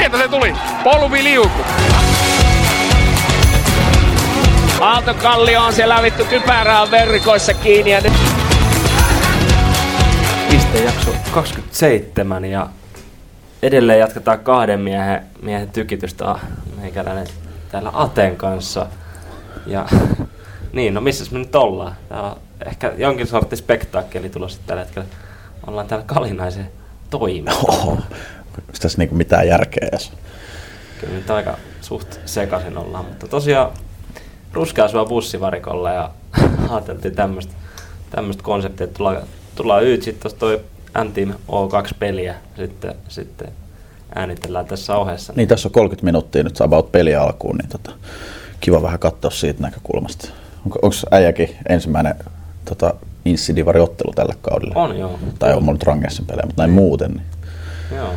Sieltä se tuli. Polvi liuku. Aaltokallio on siellä vittu kypärää verkoissa kiinni. Ja pistejakso 27 ja edelleen jatketaan kahden miehen tykitystä meikäläinen täällä Aten kanssa. Ja niin, no missäs me nyt ollaan? Täällä on ehkä jonkin sortti spektaakkeli tulossa tällä hetkellä. Ollaan täällä Kalinaisen toimistolla. Onko tässä niinku mitään järkeä edes? Kyllä nyt aika suht sekaisin ollaan, mutta tosiaan ruskeasua bussivarikolla ja ajateltiin tämmöistä konseptia, että tullaan yt, sitten tuossa toi M-Team O2-peliä sitten äänitellään tässä ohessa. Niin, tässä on 30 minuuttia nyt about peli alkuun, niin kiva vähän katsoa siitä näkökulmasta. Onko äijäkin ensimmäinen Inssi-divari-ottelu tällä kaudella? On joo. Tai on ollut Rangersin pelejä, mutta näin muuten. Niin. Joo,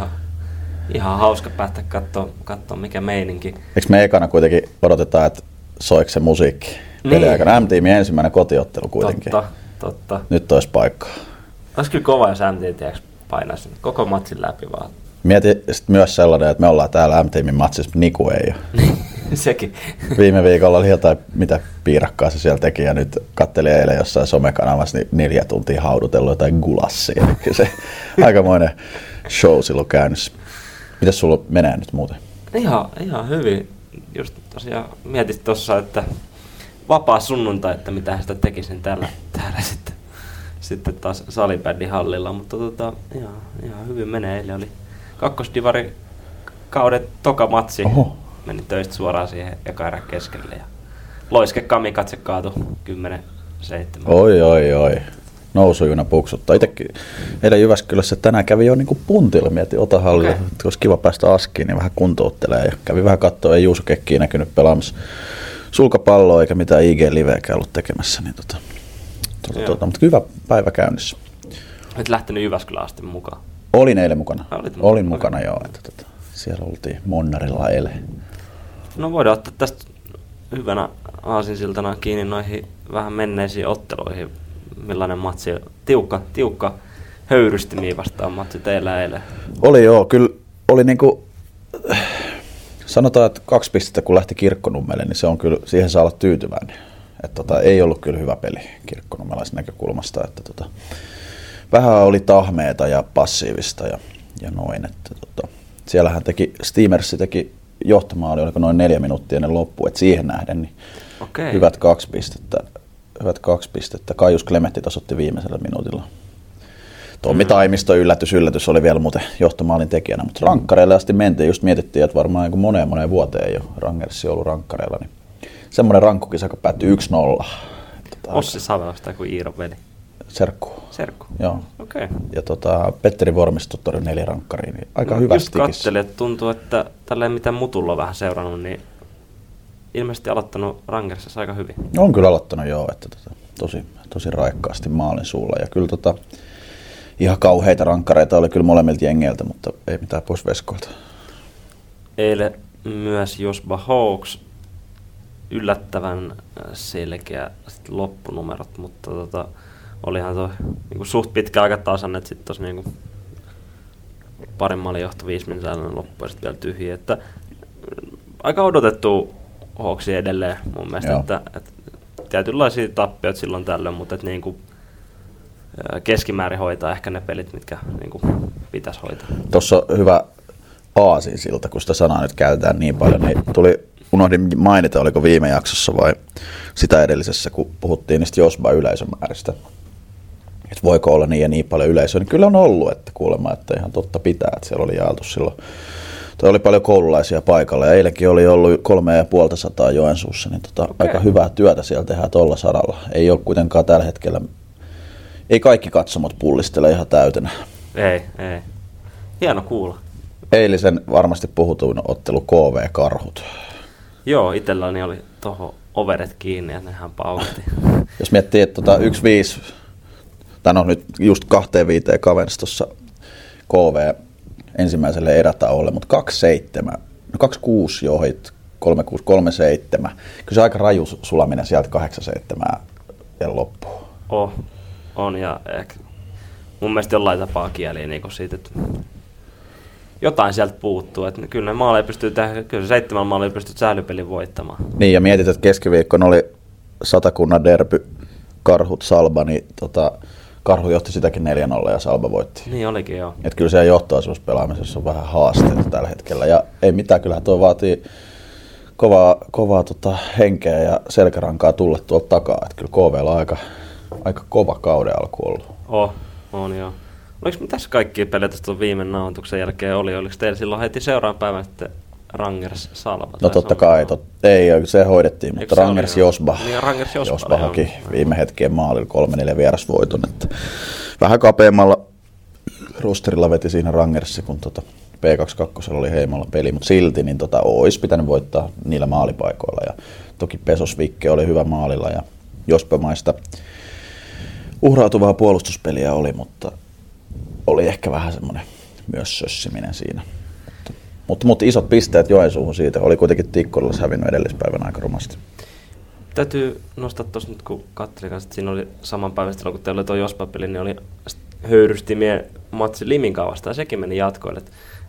ihan hauska päästä katsoa mikä meininki. Eikö me ekana kuitenkin odotetaan, että soiko se musiikki? Niin. Aikana M-Teamin ensimmäinen kotiottelu kuitenkin. Totta. Nyt olisi paikkaa. Olisi kyllä kova, jos M-Team painaisi koko matsin läpi vaan. Mieti myös sellainen, että me ollaan täällä M-Teamin matsissa, mutta Niku ei ole. Sekin. Viime viikolla oli jotain, mitä piirakkaa se siellä teki, ja nyt katselin eilen jossain somekanavassa, niin 4 tuntia haudutellut jotain gulassia. Se aikamoinen show silloin käynnissä. Mitäs sulla menee nyt muuten? Ihan hyvin. Just tosiaan mietit tuossa, että vapaa sunnuntai, että mitä sitä tekisin täällä sitten taas salibändin hallilla, mutta ihan hyvin menee. Eilen oli kakkosdivari kauden toka matsi. Oho. Meni töistä suoraan siihen eka erän keskelle ja loiske kamikatse kaatui 10-7. Oi. Nousujuna puksuttaa. Itsekin eilen Jyväskylässä tänään kävi jo niinku puntilla, mietin Otahallilla. Okay. Olisi kiva päästä askiin ja vähän kuntouttelemaan. Ja kävi vähän katsoa, ei Juuso Kekkiä näkynyt pelaamassa sulkapalloa eikä mitään IG-liveäkään ollut tekemässä. Niin mutta hyvä päivä käynnissä. Olet lähtenyt Jyväskylään asti mukaan? Olin eilen mukana. Olin mukana okay. Joo. Että siellä oltiin Monnarilla eilen. No voidaan ottaa tästä hyvänä aasinsiltana kiinni noihin vähän menneisiin otteluihin. Millainen matsi, tiukka höyrystimiä vastaan matsi teillä eilen? Oli joo, kyllä oli niinku, sanotaan, että 2 pistettä kun lähti Kirkkonummelle, niin se on kyllä, siihen saa olla tyytyväinen. Että ei ollut kyllä hyvä peli kirkkonummelaisen näkökulmasta, että vähän oli tahmeeta ja passiivista ja noin, että siellähän Steamers teki johtomaali, oliko noin 4 minuuttia ennen loppuun, että siihen nähden, niin okay. Hyvät 2 pistettä. Kaius Klemetti tasoitti viimeisellä minuutilla. Tommi Taimisto yllätys oli vielä muuten johtomaalin tekijänä, mutta rankkareille asti mentiin. Just mietittiin, että varmaan moneen vuoteen ei ole Rangersi ollut rankkareilla. Niin semmoinen rankkukisa, joka päättyi 1-0. Ossi Savelasta kuin Iiro veli. Serkku. Joo. Okei. Okay. Ja Petteri Vormisto torjui 4 rankkariin. Niin aika hyvästi tikissä. Just katselin, että tuntuu, että tälleen mitä Mutulla on vähän seurannut, niin ilmeisesti aloittanut Rangersissa aika hyvin. On kyllä aloittanut joo, että tosi raikkaasti maalin suulla. Ja kyllä ihan kauheita rankkareita oli kyllä molemmilta jengeiltä, mutta ei mitään pois veskoilta. Eilen myös Josba Hawks yllättävän selkeä loppunumerot, mutta olihan tuo niinku suht pitkä aika tasan, että sitten tuossa niinku parin maalin johto 5 minuutin loppu ja sitten vielä tyhjiä. Että aika odotettu Hawksi edelleen mun mielestä, että tietynlaisia tappioita silloin tällöin, mutta että niinku keskimäärin hoitaa ehkä ne pelit, mitkä niinku pitäisi hoitaa. Tuossa on hyvä aasinsilta, kun sitä sanaa nyt käytetään niin paljon, niin unohdin mainita, oliko viime jaksossa vai sitä edellisessä, kun puhuttiin niistä Josba yleisömääristä. Että voiko olla niin ja niin paljon yleisöä, niin kyllä on ollut, että kuulemma, että ihan totta pitää, että siellä oli jaeltu silloin. Toi oli paljon koululaisia paikalla ja eilenkin oli ollut 350 Joensuussa, niin okay. Aika hyvää työtä siellä tehdään tuolla saralla. Ei ole kuitenkaan tällä hetkellä, ei kaikki katsomot pullistele ihan täytenä. Ei. Hieno kuulla. Eilisen varmasti puhutuin ottelu KV-Karhut. Joo, itselläni oli tuohon overet kiinni ja nehän paukutti. Jos miettii, että 1-5, tai no nyt just 2-5 kavensi tuossa KV ensimmäiselle erätauolle, mutta 2-7, no 2-6 johit, 3-6, 3-7. Kyllä se aika raju sulaminen sieltä 8-7 vielä loppuun. On ja ehkä mun mielestä jollain tapaa kieliä niin siitä, että jotain sieltä puuttuu. Että kyllä ne maaleja pystyy tehdä, kyllä 7 maalia pystyy sählypelin voittamaan. Niin, ja mietit, että keskiviikkona oli Satakunnan derby, Karhut Salba, niin Karhu johti sitäkin 4-0 ja Salba voitti. Niin olikin, joo. Että kyllä siellä johtoasuuspelaamisessa on vähän haasteita tällä hetkellä. Ja ei mitään, kyllähän tuo vaatii kovaa henkeä ja selkärankaa tulla tuolta takaa. Että kyllä KV:lla on aika kova kauden alku ollut. On joo. Oliko tässä kaikkia pelejä tuon viime nauhoituksen jälkeen oli? Oliko teillä silloin heti seuraavan päivän sitten Rangers Salva? No totta kai, ei se hoidettiin, mutta Rangers Josba. Niin, Rangers Josba haki viime hetkien maalilla 3-4 vierasvoiton. Vähän kapeammalla rosterilla veti siinä Rangersi, kun P22 oli Heimolla peli, mutta silti niin olisi pitänyt voittaa niillä maalipaikoilla. Ja toki Pesosvikke oli hyvä maalilla ja Jospamaista uhrautuvaa puolustuspeliä oli, mutta oli ehkä vähän semmoinen myös sössiminen siinä. Mutta isot pisteet Joensuuhun siitä. Oli kuitenkin Tikkurilassa hävinnyt edellispäivänä aika rumasti. Täytyy nostaa tuossa nyt, kun katselin kanssa, että siinä oli saman päivän silloin, kun teillä oli tuo Jospa-peli, niin oli höyrystimien matsi Liminkaan vastaan, ja sekin meni jatkoille.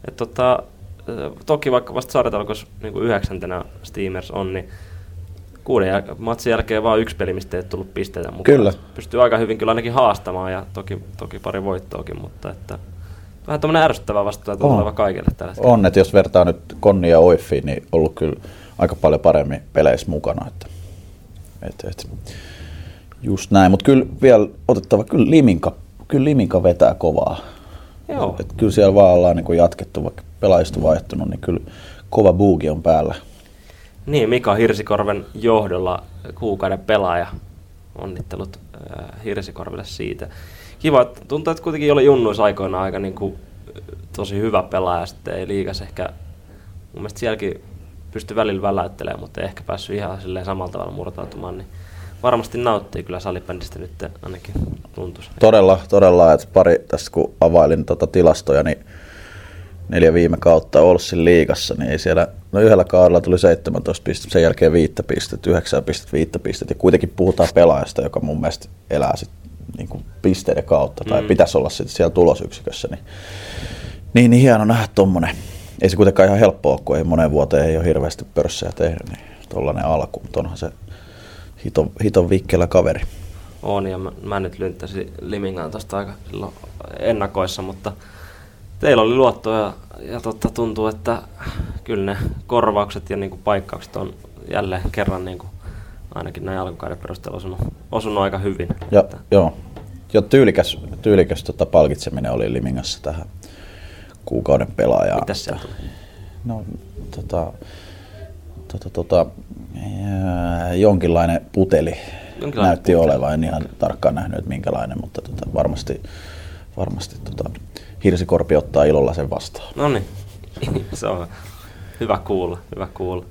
Toki vaikka vasta sarjatalkossa niin 9. Steamers on, niin 6 matsin jälkeen vaan 1 peli, mistä ei tullut pisteitä mukaan. Kyllä. Pystyy aika hyvin kyllä ainakin haastamaan, ja toki pari voittoakin, mutta että vähän tämmöinen ärsyttävä vastaan tuleva kaikille tällä hetkellä. On, että jos vertaa nyt Konni ja Oiffiin, niin ollut kyllä aika paljon paremmin peleissä mukana. Että just näin, mutta kyllä vielä otettava, kyllä Liminka vetää kovaa. Joo. Et kyllä siellä vaan ollaan niin jatkettu, vaikka pelaajista vaihtunut, niin kyllä kova buugi on päällä. Niin, Mika Hirsikorven johdolla kuukauden pelaaja. Onnittelut Hirsikorvelle siitä. Kiva, tuntuu, että kuitenkin oli junnuissa aikoina aika niin kuin, tosi hyvä pelaaja, sitten ei liigas ehkä, mun mielestä sielläkin pystyi välillä väläyttelemään, mutta ei ehkä päässyt ihan silleen samalla tavalla murtautumaan, niin varmasti nauttii kyllä salibändistä nyt ainakin tuntuisi. Todella, että pari tästä kun availin tilastoja, niin 4 viime kautta Olssin liigassa, niin ei siellä, yhdellä kaudella tuli 17 pistettä, sen jälkeen 5 pistettä, 9 pistettä, 5 pistettä, ja kuitenkin puhutaan pelaajasta, joka mun mielestä elää sit niin pisteiden kautta, tai pitäisi olla sitten siellä tulosyksikössä, niin hieno nähdä tommonen. Ei se kuitenkaan ihan helppoa, kun ei moneen vuoteen ei ole hirveästi pörssejä tehnyt, niin tollainen alku, mutta onhan se hiton vikkelä kaveri. On, ja mä nyt lynttäsin Limingaan tuosta aika silloin ennakoissa, mutta teillä oli luottoa ja tuntuu, että kyllä ne korvaukset ja niinku paikkaukset on jälleen kerran niinku, ainakin näin alkukauden perusteella osunut aika hyvin. Joo, tyylikäs palkitseminen oli Limingassa tähän kuukauden pelaajaan. Mitäs sieltä tuli? No, jonkinlainen puteli näytti olevan. En ihan tarkkaan nähnyt, että minkälainen, mutta varmasti Hirsikorpi ottaa ilolla sen vastaan. No niin, se on hyvä kuulla.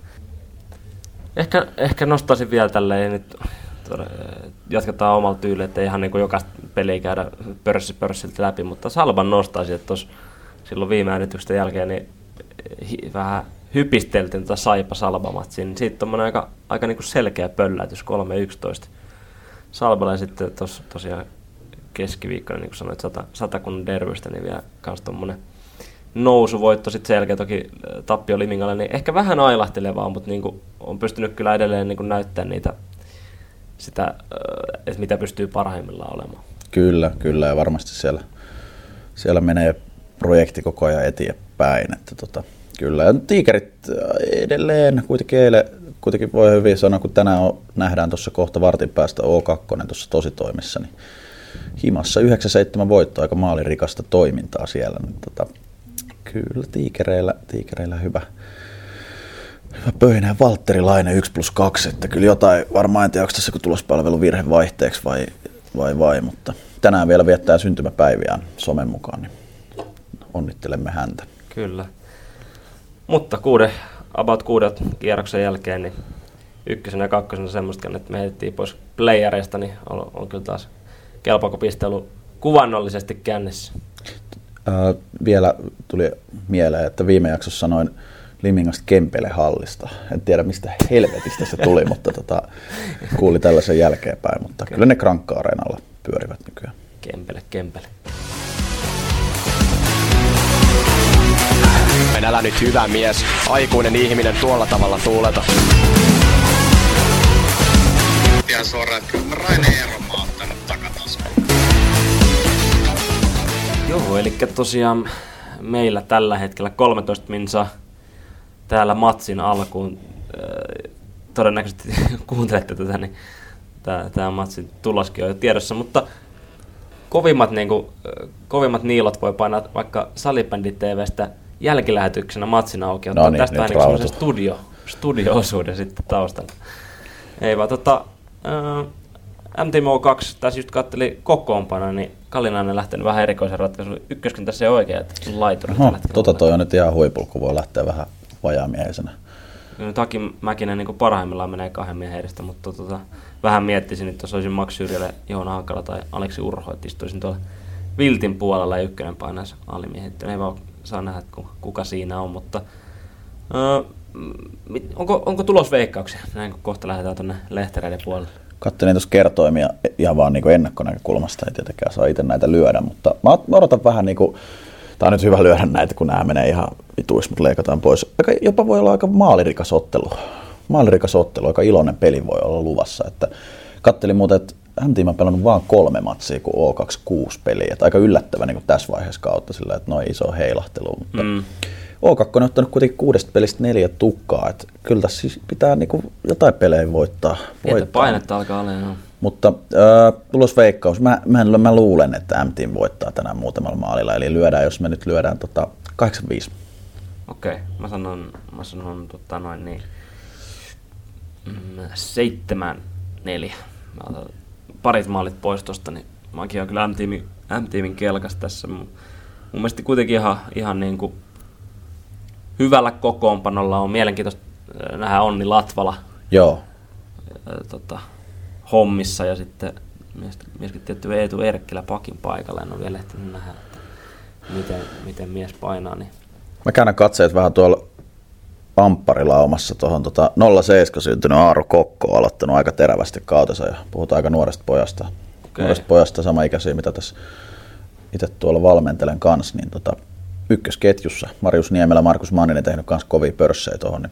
Ehkä nostaisin vielä tälleen, nyt jatketaan omalla tyylillä, ettei ihan niin kuin jokaista peliä käydä pörssiltä läpi, mutta Salban nostaisin, että silloin viime äänityksen jälkeen niin vähän hypisteltiin Saipa-Salba-matsiin, niin siitä on aika niin kuin selkeä pöllätys, 3-11 Salballa, ja sitten tosiaan keskiviikkona, niin kuin sanoit, Satakunnan derbystä, niin vielä kans tommonen nousuvoitto, sitten sen jälkeen toki tappio Limingalle, niin ehkä vähän ailahtelevaa, mutta niin kuin on pystynyt kyllä edelleen niin kuin näyttämään sitä, että mitä pystyy parhaimmillaan olemaan. Kyllä, ja varmasti siellä menee projekti koko ajan eteenpäin, että kyllä, ja Tiikerit edelleen kuitenkin voi hyvin sanoa, kun tänään nähdään tuossa kohta vartin päästä O2 tuossa tositoimissa, niin himassa 9-7 voittoa, aika maalirikasta toimintaa siellä. Niin kyllä tiikereillä hyvä pöhinä. Valtterilainen 1+2, että kyllä jotain, varmaan en tiedä, onko tässä kun tulospalvelu virhe vaihteeksi vai, mutta tänään vielä viettää syntymäpäiviään somen mukaan, niin onnittelemme häntä. Kyllä. Mutta about 6 kierroksen jälkeen, niin 1. ja 2. semmoista, että me heitettiin pois playereista, niin on kyllä taas kelpakopiste ollut kuvannollisesti kännissä. Vielä tuli mieleen, että viime jaksossa sanoin Limingasta Kempele-hallista. En tiedä mistä helvetistä se tuli, mutta kuuli tällaisen jälkeenpäin. Mutta kyllä ne Krankka-areenalla pyörivät nykyään. Kempele. En älä nyt hyvä mies, aikuinen ihminen tuolla tavalla tuuleta. Ihan suoraan, että kyllä Raine Eero mä oon ottanut takataskuun. Joo, eli tosiaan meillä tällä hetkellä 13 minsa täällä matsin alkuun. Todennäköisesti kuuntelette tätä, niin tämä matsin tuloskin on jo tiedossa, mutta kovimmat niilot voi painaa vaikka Salibändi TV:stä jälkilähetyksenä matsin auki. No niin, tästä nyt vähän niin studio-osuuden sitten taustalla. Ei vaan MTMO2 tässä just katteli kokoonpanoa, niin Kalinainen lähtenyt vähän erikoisen ratkaisun. Ykköskin tässä ei oikein, että laituri. Toi on nyt ihan huipulla, kun voi lähteä vähän vajaamiehisenä. Nyt Aki Mäkinen niin parhaimmillaan menee 2 miehen edestä, mutta vähän miettisin, että jos olisin Max Syrjälle, Joona Hankala tai Aleksi Urho, että istuisin tuolla Viltin puolella ja ykkönen painaisi alimiehet. Ei vaan saa nähdä, kuka siinä on, mutta onko tulosveikkauksia? Näin kun kohta lähdetään tuonne lehtereiden puolelle. Katselin tuossa kertoimia ihan vaan niin ennakkonäkökulmasta, ei tietenkään saa itse näitä lyödä, mutta mä odotan vähän niin kuin, tää on nyt hyvä lyödä näitä, kun nämä menee ihan vituiksi, mutta leikataan pois. Jopa voi olla aika maalirikas ottelu, aika iloinen peli voi olla luvassa. Että katselin muuten, että M-Team on pelannut vaan 3 matsia kuin O2 6 peliä, että aika yllättävä niin kuin tässä vaiheessa kautta sillä, että noin iso heilahtelu, mutta O2 on ottanut kuitenkin 6 pelistä 4 tukkaa, että kyllä tässä siis pitää niin kuin jotain pelejä voittaa. Painetta alkaa olemaan. Mutta tulosveikkaus, mä luulen, että M-Team voittaa tänään muutamalla maalilla, eli jos me nyt lyödään 8-5. Okei, mä sanon niin 7-4. Mä otan parit maalit pois tosta, niin mäkin on kyllä M-Teamin kelkas tässä. Mun mielestä kuitenkin ihan niin kuin hyvällä kokoonpanolla on mielenkiintoista nähdä Onni Latvala. Joo. Hommissa ja sitten myöskin tietty Eetu Erkkilä pakin paikalla. En ole vielä ehtinyt nähdä, että miten mies painaa. Niin. Mä käännän katseet vähän tuolla ampparilaumassa tuohon 07 syntynyt Aaro Kokko on aloittanut aika terävästi kautensa ja puhutaan aika nuoresta pojasta. Okay. Nuoresta pojasta sama ikäisiä, mitä tässä itse tuolla valmentelen kanssa, niin ykkösketjussa Marius Niemelä, Markus Manninen tehnyt kanssa kovia pörssejä tuohon.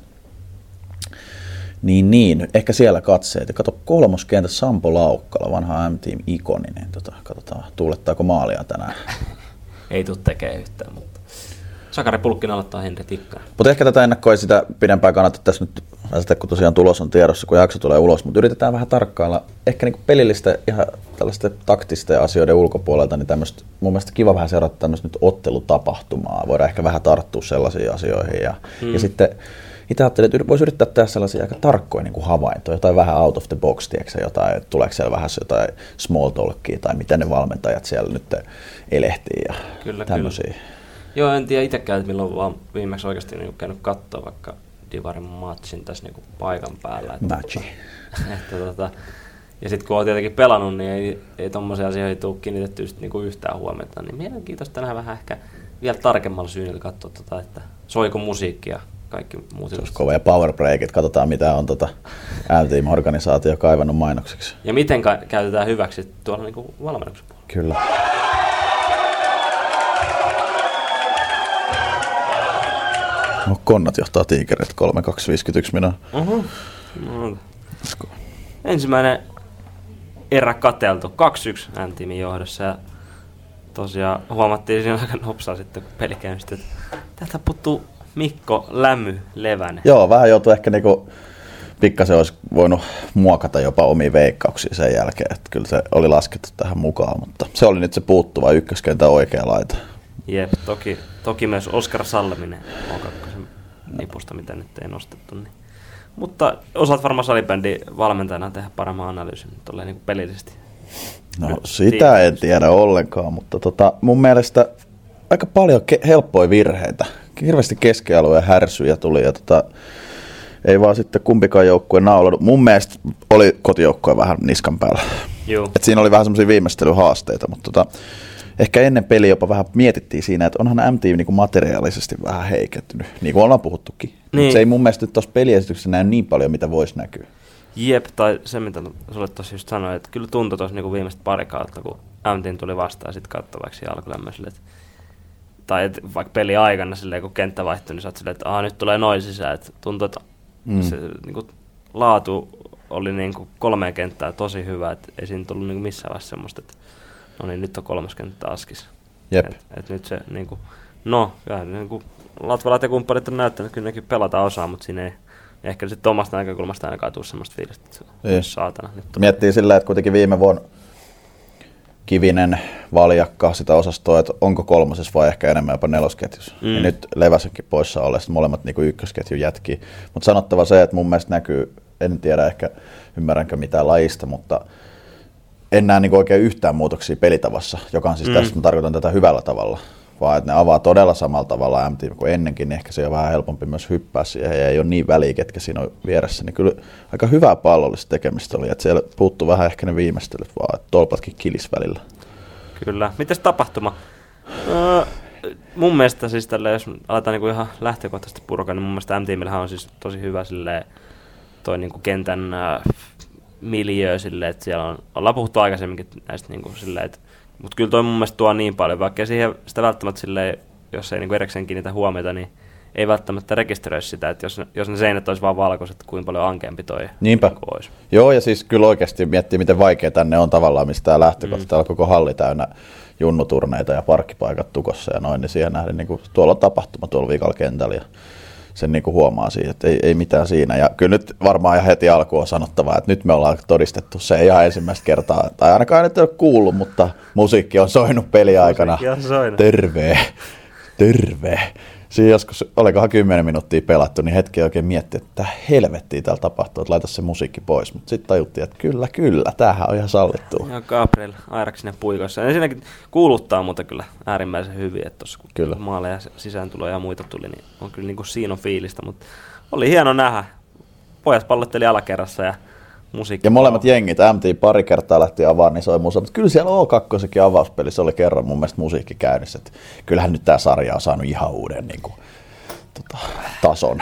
Niin, ehkä siellä katseet. Kato, kolmoskentä Sampo Laukkala, vanha M-Team ikoni, niin katsotaan, tuulettaako maalia tänään. Ei tule tekemään yhtään, mutta Sakari Pulkkinen aloittaa Henri Tikkanen. Mutta ehkä tätä ennakkoa ei sitä pidempään kannata tässä nyt, kun tosiaan tulos on tiedossa, kun jakso tulee ulos, mutta yritetään vähän tarkkailla ehkä niin kuin pelillistä, ihan tällaisten taktisten asioiden ulkopuolelta, niin tämmöistä, mun mielestä kiva vähän seurata tämmöistä nyt ottelutapahtumaa, voidaan ehkä vähän tarttua sellaisiin asioihin ja sitten itse ajattelin, että voisi yrittää tehdä sellaisia aika tarkkoja niin kuin havaintoja, jotain vähän out of the box, tiedätkö, jotain, tuleeko siellä vähän jotain small talkia tai miten ne valmentajat siellä nyt elehtii ja tämmöisiä. Kyllä. Joo, en tiedä itsekään, että milloin vaan viimeksi oikeasti niin käynyt katsoa vaikka Divarin matchin tässä niin paikan päällä. Matchi. Ja sitten kun olet tietenkin pelannut, niin ei tommoisia asioita tule kiinnitettyä niin yhtään huomiota. Niin mielenkiintoista nähdä vähän ehkä vielä tarkemmalla syynillä katsoa, että soiko musiikki ja kaikki muut. Se olisi kova ja power breakit, katsotaan mitä on M-Team-organisaatio kaivannut mainokseksi. Ja miten käytetään hyväksi tuolla niin valmennuksen puolella. Kyllä. No, Konnat johtaa Tiikerit 3-2-51 minä. Ensimmäinen erä kateltu, 2-1 M-Teamin johdossa ja tosiaan huomattiin siinä aika nopsaa sitten kun peli käynnistyi, että täältä puuttuu Mikko Lämy-Levänen. Joo, vähän joutui ehkä niinku, pikkasen olisi voinut muokata jopa omia veikkauksia sen jälkeen, että kyllä se oli laskettu tähän mukaan, mutta se oli nyt se puuttuva ykköskentän oikea laita. Jep, toki myös Oskar Salleminen on kakkosen nipusta, mitä nyt ei nostettu. Niin. Mutta osaat varmaan salibändin valmentajana tehdä paremman analyysin tolleen niin pelillisesti. No sitä en tiedä ollenkaan, mutta mun mielestä aika paljon helppoja virheitä. Hirveästi keskialueen härsyjä tuli ja ei vaan sitten kumpikaan joukkue naulannut. Mun mielestä oli kotijoukkue vähän niskan päällä. Et siinä oli vähän semmoisia viimeistelyhaasteita, mutta ehkä ennen peliä jopa vähän mietittiin siinä, että onhan M-Team niinku materiaalisesti vähän heikentynyt, niin kuin ollaan puhuttukin. Niin. Se ei mun mielestä tuossa peliesityksessä näy niin paljon, mitä voisi näkyä. Jep, tai se mitä sulle tuossa just sanoin, että kyllä tuntui tuossa niinku viimeiset pari kautta, kun M-Team tuli vastaan sitten katsovaksi alkulämmöiselle, että tai vaikka peli aikana silleen, kun kenttä vaihtui, niin sä oot silleen, että nyt tulee noin sisään. Et tuntuu, että se niinku, laatu oli niinku 3 kenttää tosi hyvä, että ei siinä tullut niinku missään vaiheessa semmoista, että no niin, nyt on 3 kenttä askis. Jep. Et nyt se niinku, niinku, latvalat ja kumppanit on näyttänyt, että kyllä nekin pelata osaa, mutta siinä ei ehkä sitten omasta näkökulmasta ainakaan tule semmoista fiilistä, että saatana. Miettii sillä, että kuitenkin viime vuonna Kivinen, Valjakka, sitä osastoa, että onko 3. vai ehkä enemmän jopa 4. ketjussa. Ja nyt Leväsenkin poissa ollessa molemmat niin 1-ketjun jätkii. Mutta sanottava se, että mun mielestä näkyy, en tiedä ehkä ymmärränkö mitään lajista, mutta en näe niin oikein yhtään muutoksia pelitavassa, joka on siis tässä tarkoitan tätä hyvällä tavalla. Vaan että ne avaa todella samalla tavalla MT kuin ennenkin, niin ehkä se on vähän helpompi myös hyppää siihen ja ei ole niin väliä, ketkä siinä on vieressä. Niin kyllä aika hyvää pallollista tekemistä oli, että siellä puuttuu vähän ehkä ne viimeistelyt vaan, että tolpatkin kilis välillä. Kyllä. Mites tapahtuma? Mun mielestä siis tälleen, jos aletaan niinku ihan lähtökohtaisesti purkaa, niin mun mielestä M-tiimillähän on siis tosi hyvä silleen, toi niinku kentän miljöö silleen, että siellä ollaan puhuttu aikaisemminkin näistä niinku silleen, mutta kyllä toi mun mielestä tuo niin paljon, vaikka siihen sitä välttämättä silleen, jos ei niinku erikseen kiinnitä huomiota, niin ei välttämättä rekisteröi sitä, että jos ne seinät olisi vaan valkoiset, kuinka paljon ankeampi toi Niinpä. olisi. Joo, ja siis kyllä oikeasti miettii, miten vaikea tänne on tavallaan, mistä tämä lähtökohta. Täällä on koko halli täynnä junnuturneita ja parkkipaikat tukossa ja noin, niin siihen nähden niin tuolla on tapahtuma tuolla viikalla kentällä ja sen niin huomaa siihen, että ei mitään siinä. Ja kyllä nyt varmaan ihan heti alkuun on sanottava, että nyt me ollaan todistettu se ihan ensimmäistä kertaa, tai ainakaan nyt ei ole kuullut, mutta musiikki on soinut peliaikana. Terve. Siinä joskus, olikohan 10 minuuttia pelattu, niin hetki oikein mietti, että helvettiä täällä tapahtuu, että laita se musiikki pois. Mutta sitten tajuttiin, että kyllä, tämähän on ihan sallittua. Ja Gabriel Airaksinen puikoissa. Ensinnäkin kuuluttaa mutta kyllä äärimmäisen hyvin, että tuossa kun maaleja sisääntuloja ja muita tuli, niin on kyllä niin kuin siinä on fiilistä. Mutta oli hieno nähdä. Pojat pallotteli alakerrassa ja musiikki. Ja molemmat jengit, MT pari kertaa lähti avaamaan, niin soi musa. Mutta kyllä siellä O2 avauspelissä oli kerran mun mielestä musiikki käynnissä. Että kyllähän nyt tämä sarja on saanut ihan uuden niin kuin, tason.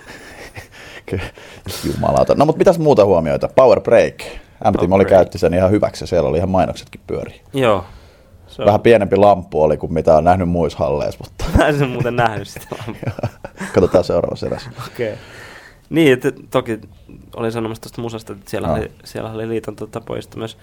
Jumalauta. No mutta mitäs muuta huomioita? Power Break. MT oli käytti sen ihan hyväksi ja siellä oli ihan mainoksetkin pyörii. Joo. Vähän pienempi lamppu oli kuin mitä on nähnyt muissa halleissa. Mutta mä en muuten nähnyt sitä lampua. Katsotaan seuraavassa erässä. Okei. Okay. Niin, että toki olin sanomassa tuosta musasta, että siellä oli liiton pojista myös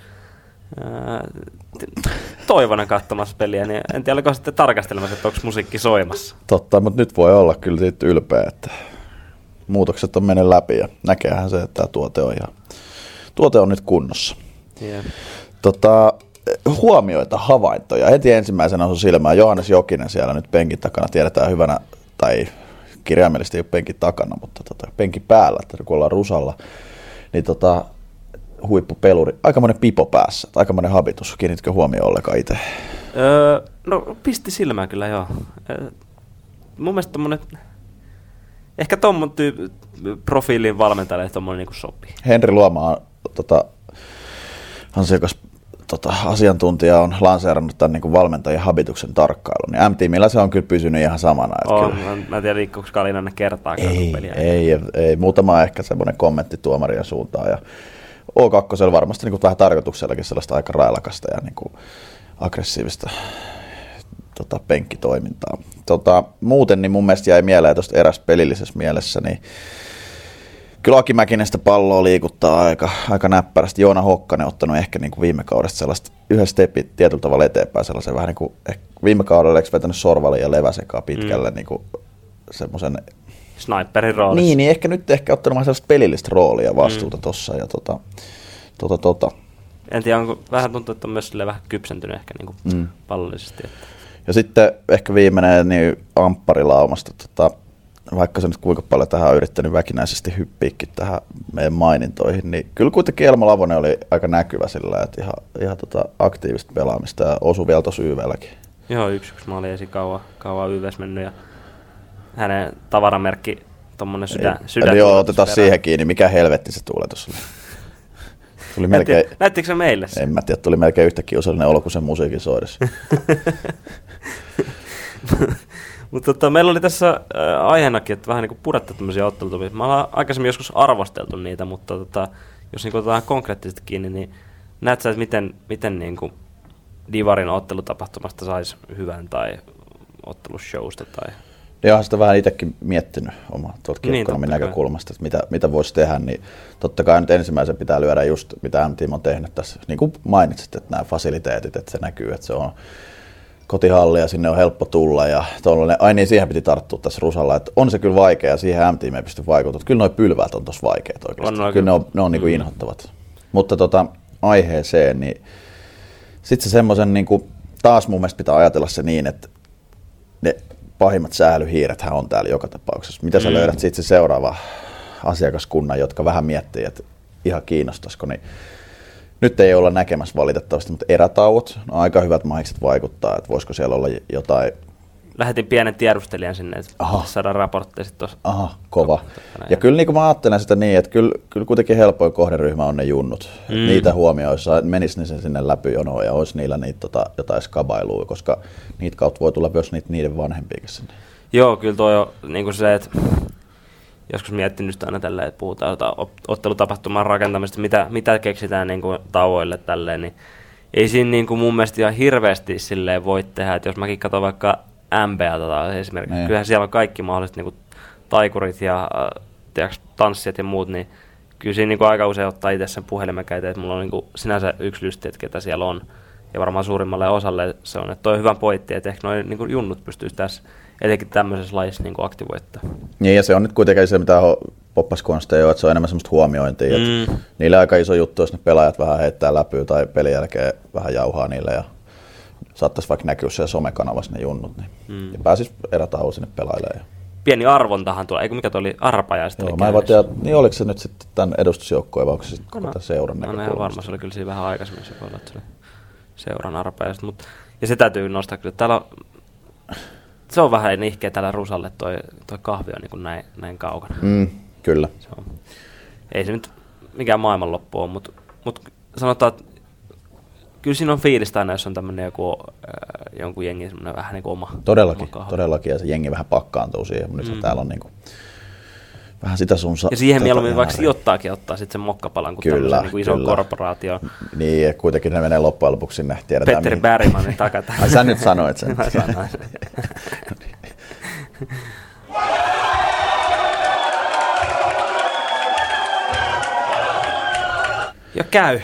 Toivonen katsomassa peliä, niin en tiedä, oliko sitten tarkastelemassa, että onko musiikki soimassa. Totta, mutta nyt voi olla kyllä siitä ylpeä, että muutokset on mennyt läpi ja näkeehän se, että tämä tuote on nyt kunnossa. Yeah. Huomioita, havaintoja. Heti ensimmäisenä on silmään Johannes Jokinen siellä nyt penkin takana, tiedetään hyvänä, tai kirjaimellisesti ei ole penkin takana, mutta penkin päällä, että kun ollaan rusalla, niin huippupeluri, aikamoinen pipo päässä, aikamoinen habitus. Kiinnitkö huomioon ollenkaan itse? No pisti silmään kyllä joo. Mun mielestä tommonen, ehkä tommon profiilin valmentajalle tommonen niinku sopii. Henri Luoma on ansiokas asiantuntija on lanseerannut tämän niin valmentajien habituksen tarkkailun. Niin M-tiimillä se on kyllä pysynyt ihan samana. Mä en tiedä, liikkuuko Kalinainen kertaakaan peliä. Ei. Muutama ehkä semmoinen kommentti tuomarien suuntaan. Ja O2 varmasti niin vähän tarkoituksellakin sellaista aika railakasta ja niin aggressiivista penkkitoimintaa. Muuten niin mun mielestä jäi mieleen tuosta eräs pelillisessä mielessä, niin kyllä Aki Mäkinen sitä palloa liikuttaa aika näppärästi. Joona Hokkanen on ottanut ehkä niin kuin viime kaudesta sellaista yhden stepin tietyllä tavalla eteenpäin. Sellaisen vähän niin kuin viime kaudella eikö vetänyt Sorvalin ja Leväsekaa pitkälle niin kuin semmoisen sniperin roolissa. Niin ehkä nyt ottanut vähän sellaista pelillistä roolia ja vastuuta tossa. Ja En tiedä, onko vähän tuntuu, että on myös vähän kypsentynyt ehkä niin kuin pallollisesti. Että. Ja sitten ehkä viimeinen niin ampparilaumasta. Vaikka se nyt kuinka paljon tähän on yrittänyt väkinäisesti hyppiikin tähän meidän mainintoihin, niin kyllä kuitenkin Elmo Lavonen oli aika näkyvä sillä, että ihan aktiivista pelaamista ja osui vielä tuossa YV:lläkin. Joo, 1-1 maali esi kauan YV:ssä mennyt ja hänen tavaramerkki tommonen sydän. Joo, otetaan siihen kiinni, mikä helvetti se tulee tuossa. Tuli melkein, näyttikö se meille? En mä tiedä, tuli melkein yhtä kiusallinen olo kuin sen musiikin soidessa. Mutta meillä oli tässä aiheenakin, että vähän niin kuin puretta tämmöisiä ottelutuvia. Me ollaan aikaisemmin joskus arvosteltu niitä, mutta jos niin otetaan konkreettisesti kiinni, niin näet sä, että miten niin kuin Divarin ottelutapahtumasta saisi hyvän tai ottelushowsta tai... Ja onhan sitä vähän itsekin miettinyt tuolta kirkkonomin Niin, näkökulmasta, että mitä voisi tehdä, niin totta kai nyt ensimmäisen pitää lyödä just mitä M-Team on tehnyt tässä, niin kuin mainitsit, että nämä fasiliteetit, että se näkyy, että se on kotihalli ja sinne on helppo tulla ja tollainen, ai niin siihen piti tarttua tässä Rusalla, että on se kyllä vaikea ja siihen M-Team ei pysty vaikuttamaan, kyllä nuo pylväät on tossa vaikeat oikeasti, kyllä ne on niin kuin inhottavat, mutta aiheeseen, niin sitten se semmoisen, niin kuin, taas mun mielestä pitää ajatella se niin, että ne pahimmat sählyhiirethän on täällä joka tapauksessa. Mitä sä löydät sitten se seuraava asiakaskunnan, jotka vähän miettii, että ihan kiinnostaisiko, niin nyt ei olla näkemässä valitettavasti, mutta erätauot on aika hyvät mahikset vaikuttaa, että voisiko siellä olla jotain. Lähetin pienen tiedustelijan sinne, että saadaan raportteja sitten tuossa. Aha, kova. Ja kyllä niin kuin mä ajattelen sitä niin, että kyllä kuitenkin helpoin kohderyhmä on ne junnut. Niitä huomioissa, että menisi ne sinne läpi jonoon ja olisi niillä niitä jotain skabailua, koska niitä kautta voi tulla myös niiden vanhempiakin sinne. Joo, kyllä tuo on niin kuin se, että joskus miettinyt aina tälleen, että puhutaan ottelutapahtuman rakentamisesta, mitä keksitään niin kuin tauoille tälleen, niin ei siinä niin kuin mun mielestä ihan hirveästi silleen voi tehdä, että jos mäkin katson vaikka NBA esimerkiksi, kyllähän siellä on kaikki mahdolliset niin kuin taikurit ja tanssijat ja muut, niin kyllä siinä niin kuin aika usein ottaa itse sen puhelimen käteen, että mulla on niin kuin sinänsä yksi lysti, että ketä siellä on, ja varmaan suurimmalle osalle se on, että toi on hyvä pointti, että ehkä noi niin kuin junnut pystyisi tässä etenkin tämmöisessä lajissa niin aktivoittaa. Niin, ja se on nyt kuitenkin se, mitä poppaskonsteja on, että se on enemmän semmoista huomiointia. Että niillä on aika iso juttu, jos ne pelaajat vähän heittää läpyä tai pelin jälkeen vähän jauhaa niille ja saattaisi vaikka näkyä siellä somekanavassa ne junnut. Niin. Ja pääsisi erätauon sinne pelailemaan. Pieni arvontahan tulee, eikö mikä toi oli arpajaista? Joo, mä en tiedä, niin oliko se nyt sitten tämän edustusjoukkojen vai onko se sitten seuran näkökulmasta? No varmaan se oli kyllä siinä vähän aikaisemmin, se voi olla, että se oli seuran arpajaista. Ja se täytyy nostaa kyllä. Täällä on, se on vähän nihkeä täällä Rusalle, toi kahvi on niin kuin näin kaukana. Kyllä. Se on. Ei se nyt mikään maailmanloppu ole, mutta sanotaan, että kyllä siinä on fiilistä aina, jos on tämmöinen jonkun jengi semmoinen vähän niin kuin oma. Todellakin, ja se jengi vähän pakkaantuu siihen, mutta nyt täällä on niin kuin vähän sitä sun... Ja siihen mieluummin vaikka sijoittaakin ottaa sitten sen mokkapalan, kun tämmöisen niin ison korporaation. Niin, ja kuitenkin ne menee loppujen lopuksi sinne, tiedetään Petteri Bergmanin takata. Ai sä nyt sanoit sen. Mä sanoin sen. Ja käy.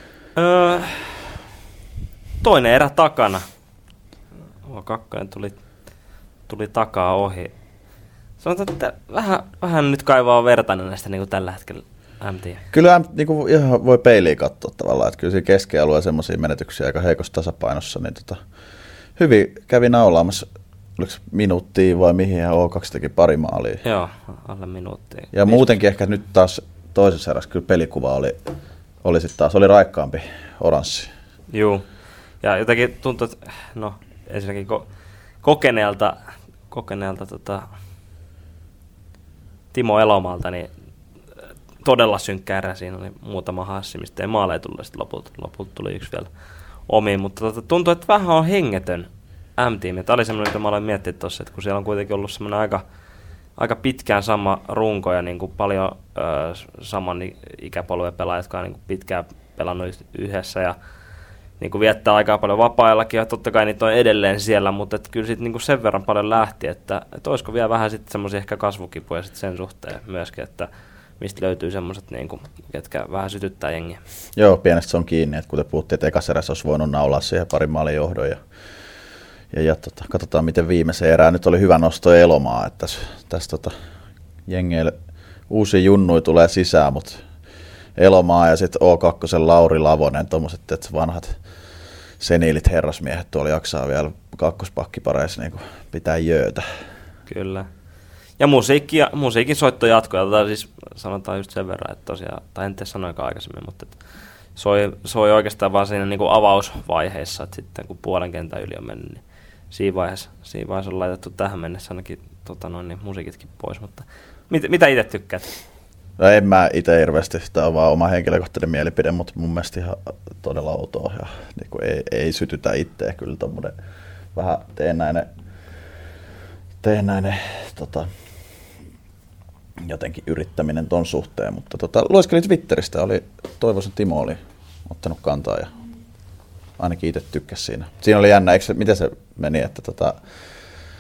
Toinen erä takana. Kakkonen tuli takaa ohi. Sanotaan, että vähän nyt kaivaa vertainen näistä niin kuin tällä hetkellä MT. Kyllä niin kuin ihan voi peiliin katsoa tavallaan, että kyllä siinä keskialueen semmoisia menetyksiä aika heikossa tasapainossa, niin hyvin kävi naulaamassa, oliko minuuttia vai mihin, ja O2 teki pari maalia. Joo, alle minuuttia. Ja muutenkin ehkä nyt taas toisessa erässä kyllä pelikuva oli sitten taas, oli raikkaampi oranssi. Joo, ja jotenkin tuntuu, että no ensinnäkin kokeneelta Timo Elomaalta, niin todella synkkä erä, siinä oli muutama hassi, mistä ei maaleja tullut, sitten lopulta tuli yksi vielä omiin, mutta tuntuu, että vähän on hengetön M-tiimi. Tämä oli semmoinen, mitä mä aloin miettiä tuossa, että kun siellä on kuitenkin ollut semmoinen aika pitkään sama runko ja niin kuin paljon saman ikäpolven pelaajat, jotka on niin kuin pitkään pelannut yhdessä ja niin kuin viettää aikaa paljon vapaa-ajallakin, ja totta kai niitä on edelleen siellä, mutta että kyllä siitä niin kuin sen verran paljon lähti, että olisiko vielä vähän sitten semmoisia ehkä kasvukipuja sitten sen suhteen myöskin, että mistä löytyy semmoiset, niin kuin, ketkä vähän sytyttää jengiä. Joo, pienestä se on kiinni, että kuten puhuttiin, että ekassa erässä olisi voinut naulaa siihen parin maalin johdon, ja katsotaan miten viimeisen erään. Nyt oli hyvä nosto Elomaa, että tässä jengeille uusia junnuja tulee sisään, mutta Elomaa ja sitten O2 Lauri Lavonen, tuommoiset vanhat seniilit herrasmiehet tuolla jaksaa vielä kakkospakkipareissa niin pitää jöötä. Kyllä. Ja musiikin soitto jatkoi, siis sanotaan just sen verran, että tosiaan, tai en tiedä sanoinkaan aikaisemmin, mutta soi oikeastaan vaan siinä niin kuin avausvaiheessa, että sitten kun puolen kentän yli on mennyt, niin siinä vaiheessa on laitettu tähän mennessä ainakin niin musiikitkin pois, mutta mitä itse tykkäät? No en mä itse hirveästi, tämä on vaan oma henkilökohtainen mielipide, mutta mun mielestä ihan todella outoa ja niin kuin ei sytytä itseä kyllä tommoinen vähän teennäinen jotenkin yrittäminen ton suhteen, mutta lueskelin Twitteristä, Toivosen Timo oli ottanut kantaa ja ainakin itse tykkäsi siinä. Siinä oli jännä, miten se meni, että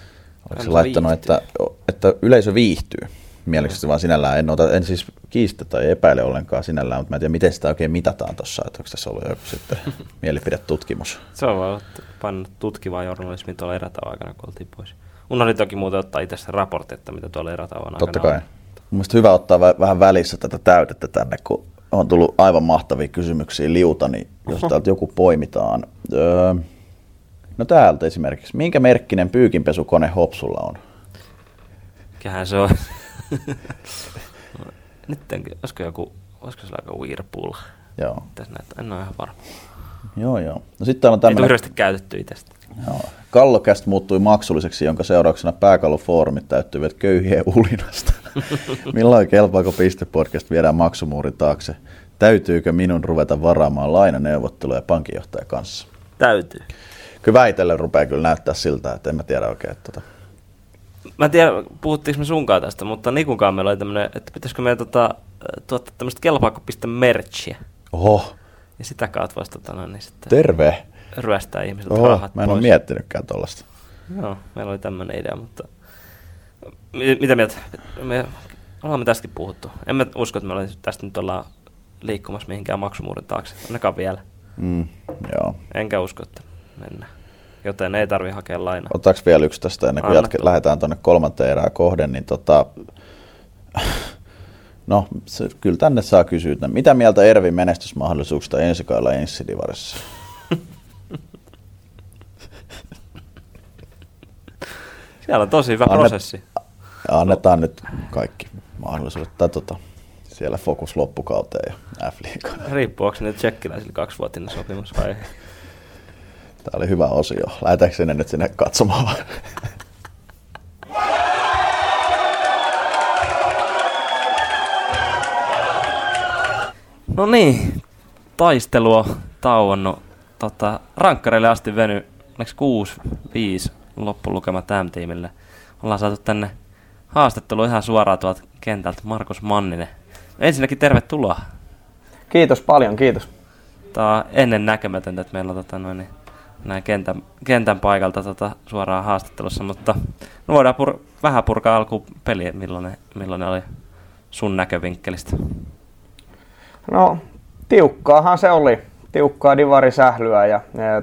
Oliko se laittanut, että yleisö viihtyy? Mielestäni vaan sinällään. En siis kiistä tai epäile ollenkaan sinällään, mutta mä en tiedä, miten sitä oikein mitataan tuossa. Että onko tässä ollut joku sitten mielipidetutkimus? Se on vaan pannut tutkivaa journalismia tuolla erätauon aikana, kun oltiin pois. Unohdin toki muuten ottaa itse se raportti, että mitä tuolla erätauon aikana totta kai. Mun mielestä hyvä ottaa vähän välissä tätä täytettä tänne, kun on tullut aivan mahtavia kysymyksiä liuta, niin jos täältä joku poimitaan. No täältä esimerkiksi. Minkä merkkinen pyykinpesukone Hopsulla on? Mikähän se on? Nyt olisiko se aika Whirlpool? Joo. Tässä näyttää, en ole ihan varma. Joo. No sitten täällä on tämmöinen... Ei hirveästi käytetty itsestä. Joo. Kallocast muuttui maksulliseksi, jonka seurauksena pääkallofoorumit täyttyivät köyhien ulinasta. Milloin kelpaako Piste-podcast viedään maksumuurin taakse? Täytyykö minun ruveta varaamaan lainaneuvotteluja pankinjohtajan kanssa? Täytyy. Kyllä väitellen rupeaa kyllä näyttää siltä, että en mä tiedä oikein. Mä en tiedä, puhuttiinko me sunkaan tästä, mutta Nikunkaan meillä oli tämmöinen, että pitäisikö me tuottaa tämmöistä kelpaako.merchia. Oho. Ja sitä kautta voisi niin sitten terve. Ryöstää ihmisiltä rahat pois. Mä en ole miettinytkään tollaista. Joo, meillä oli tämmöinen idea, mutta mitä mieltä? Ollaan me tästäkin puhuttu. En mä usko, että me tästä nyt ollaan liikkumassa mihinkään maksumuurin taakse, ainakaan vielä. Joo. Enkä usko, että mennään. Joten ei tarvitse hakea lainaa. Otaanko vielä yksi tästä ennen kuin lähdetään tuonne kolmanteen erään kohden, niin no, kyllä tänne saa kysyä. Mitä mieltä Ervin menestysmahdollisuuksista ensi kaudella Enssidivarissa? Siellä on tosi hyvä prosessi. Annetaan nyt kaikki mahdollisuudet. Siellä fokus loppukauteen ja F-liigaan. Riippuu, onko se nyt tsekkiläisillä 2-vuotinen sopimus vai ei? Tämä oli hyvä osio. Lähdetäänkö sinne nyt sinne katsomaan? No niin, taistelua tauonnut. Rankkareille asti veny, 6-5 loppulukema TAM-tiimille. Ollaan saatu tänne haastattelu ihan suoraan tuolta kentältä Markus Manninen. Ensinnäkin tervetuloa. Kiitos paljon, kiitos. Tämä on ennen näkemätöntä, että meillä on näin kentän paikalta suoraan haastattelussa, mutta no voidaan vähän purkaa alkuun peliä, millainen oli sun näkövinkkelistä. No, tiukkaahan se oli. Tiukkaa divarisählyä ja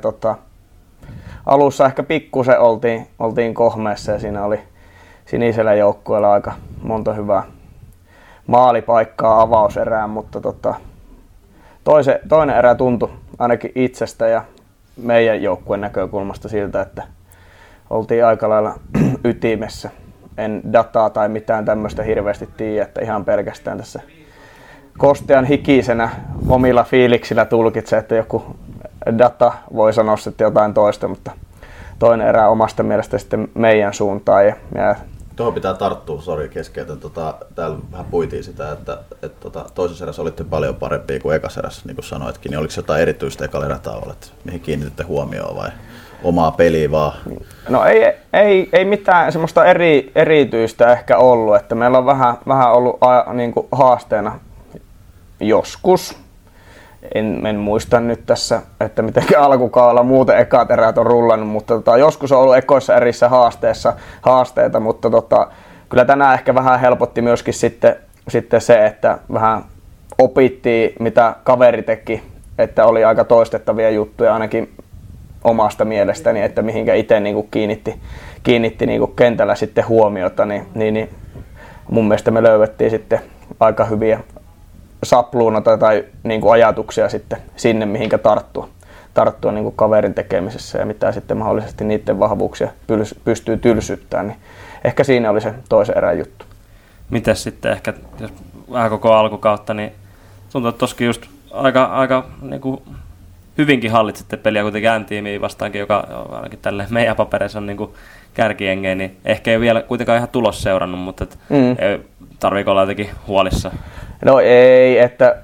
alussa ehkä pikkusen oltiin kohmeessa ja siinä oli sinisellä joukkueella aika monta hyvää maalipaikkaa avauserään, mutta toinen erä tuntui ainakin itsestä ja meidän joukkueen näkökulmasta siltä, että oltiin aika lailla ytimessä. En dataa tai mitään tämmöistä hirveästi tiedä, että ihan pelkästään tässä kostean hikisenä omilla fiiliksillä tulkitsee, että joku data voi sanoa sitten jotain toista, mutta toinen erä omasta mielestä sitten meidän suuntaan. Ja tuohon pitää tarttua, sori keskeytän. Täällä vähän puitiin sitä, että toisessa erässä olitte paljon parempia kuin ekassa erässä, niin kuin sanoitkin. Niin oliko jotain erityistä ekalla erätauolla, mihin kiinnititte huomioon vai omaa peliä vaan? No ei mitään semmoista erityistä ehkä ollut, että meillä on vähän ollut niin kuin haasteena joskus. En muista nyt tässä, että miten alkukaudella muuten ekat erät on rullannut, mutta joskus on ollut ekoissa erissä haasteita, mutta kyllä tänään ehkä vähän helpotti myöskin sitten se, että vähän opittiin, mitä kaveri teki, että oli aika toistettavia juttuja ainakin omasta mielestäni, että mihinkä itse niin kiinnitti niin kentällä sitten huomiota, niin mun mielestä me löydettiin sitten aika hyviä sapluunata tai niin kuin ajatuksia sitten sinne, mihinkä tarttua niin kuin kaverin tekemisessä ja mitä sitten mahdollisesti niiden vahvuuksia pystyy tylsyttämään, niin ehkä siinä oli se toisen erän juttu. Mitäs sitten ehkä, jos vähän koko alkukautta, niin tuntuu, että toskin just aika niin kuin hyvinkin hallitsette peliä kuitenkin N-tiimiä vastaankin, joka ainakin tälle meidän papereissa on niin kuin kärkiengeen, niin ehkä ei vielä kuitenkaan ihan tulos seurannut, mutta tarviiko olla jotenkin huolissa? No ei,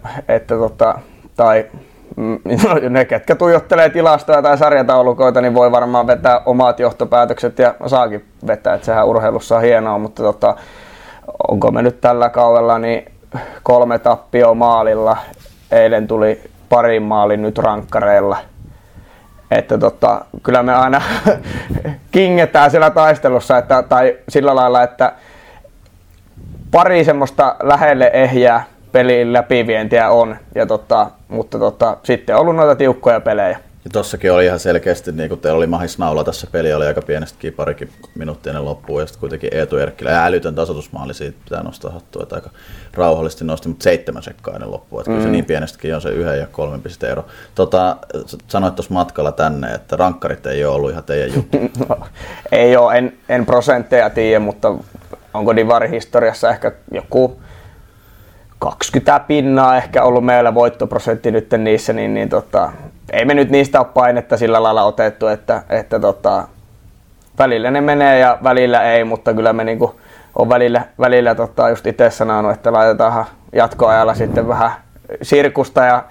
tai ne, ketkä tuijottelee tilastoja tai sarjataulukoita, niin voi varmaan vetää omat johtopäätökset ja saakin vetää, että sehän urheilussa on hienoa, mutta onko me nyt tällä kaudella niin 3 tappioa maalilla, eilen tuli parin maalin nyt rankkareilla. että kyllä me aina kingetään siellä taistelussa, tai sillä lailla, että pari semmoista lähelle ehjää pelin läpivientiä on, mutta sitten on ollut noita tiukkoja pelejä. Ja tossakin oli ihan selkeästi, niin kun teillä oli mahis naulata se peli, oli aika pienestikin parikin minuuttia ennen loppuun, ja sitten kuitenkin Eetu Erkkilä, ja älytön tasoitusmaali, siitä pitää nostaa hattua, että aika rauhallisesti nosti, mutta 7 sekkaa ennen loppuun, että kyllä se niin pienestikin on se 1 ja 3 pisteen ero. Sanoit tuossa matkalla tänne, että rankkarit ei ole ollut ihan teidän juttu. No, ei ole, en prosentteja tiedä, mutta onko Divari-historiassa ehkä joku 20 pinnaa ehkä ollut meillä voittoprosentti nyt niissä, niin ei me nyt niistä ole painetta sillä lailla otettu, että välillä ne menee ja välillä ei, mutta kyllä me niinku on välillä just itse sanonut, että laitetaan jatkoajalla sitten vähän sirkusta ja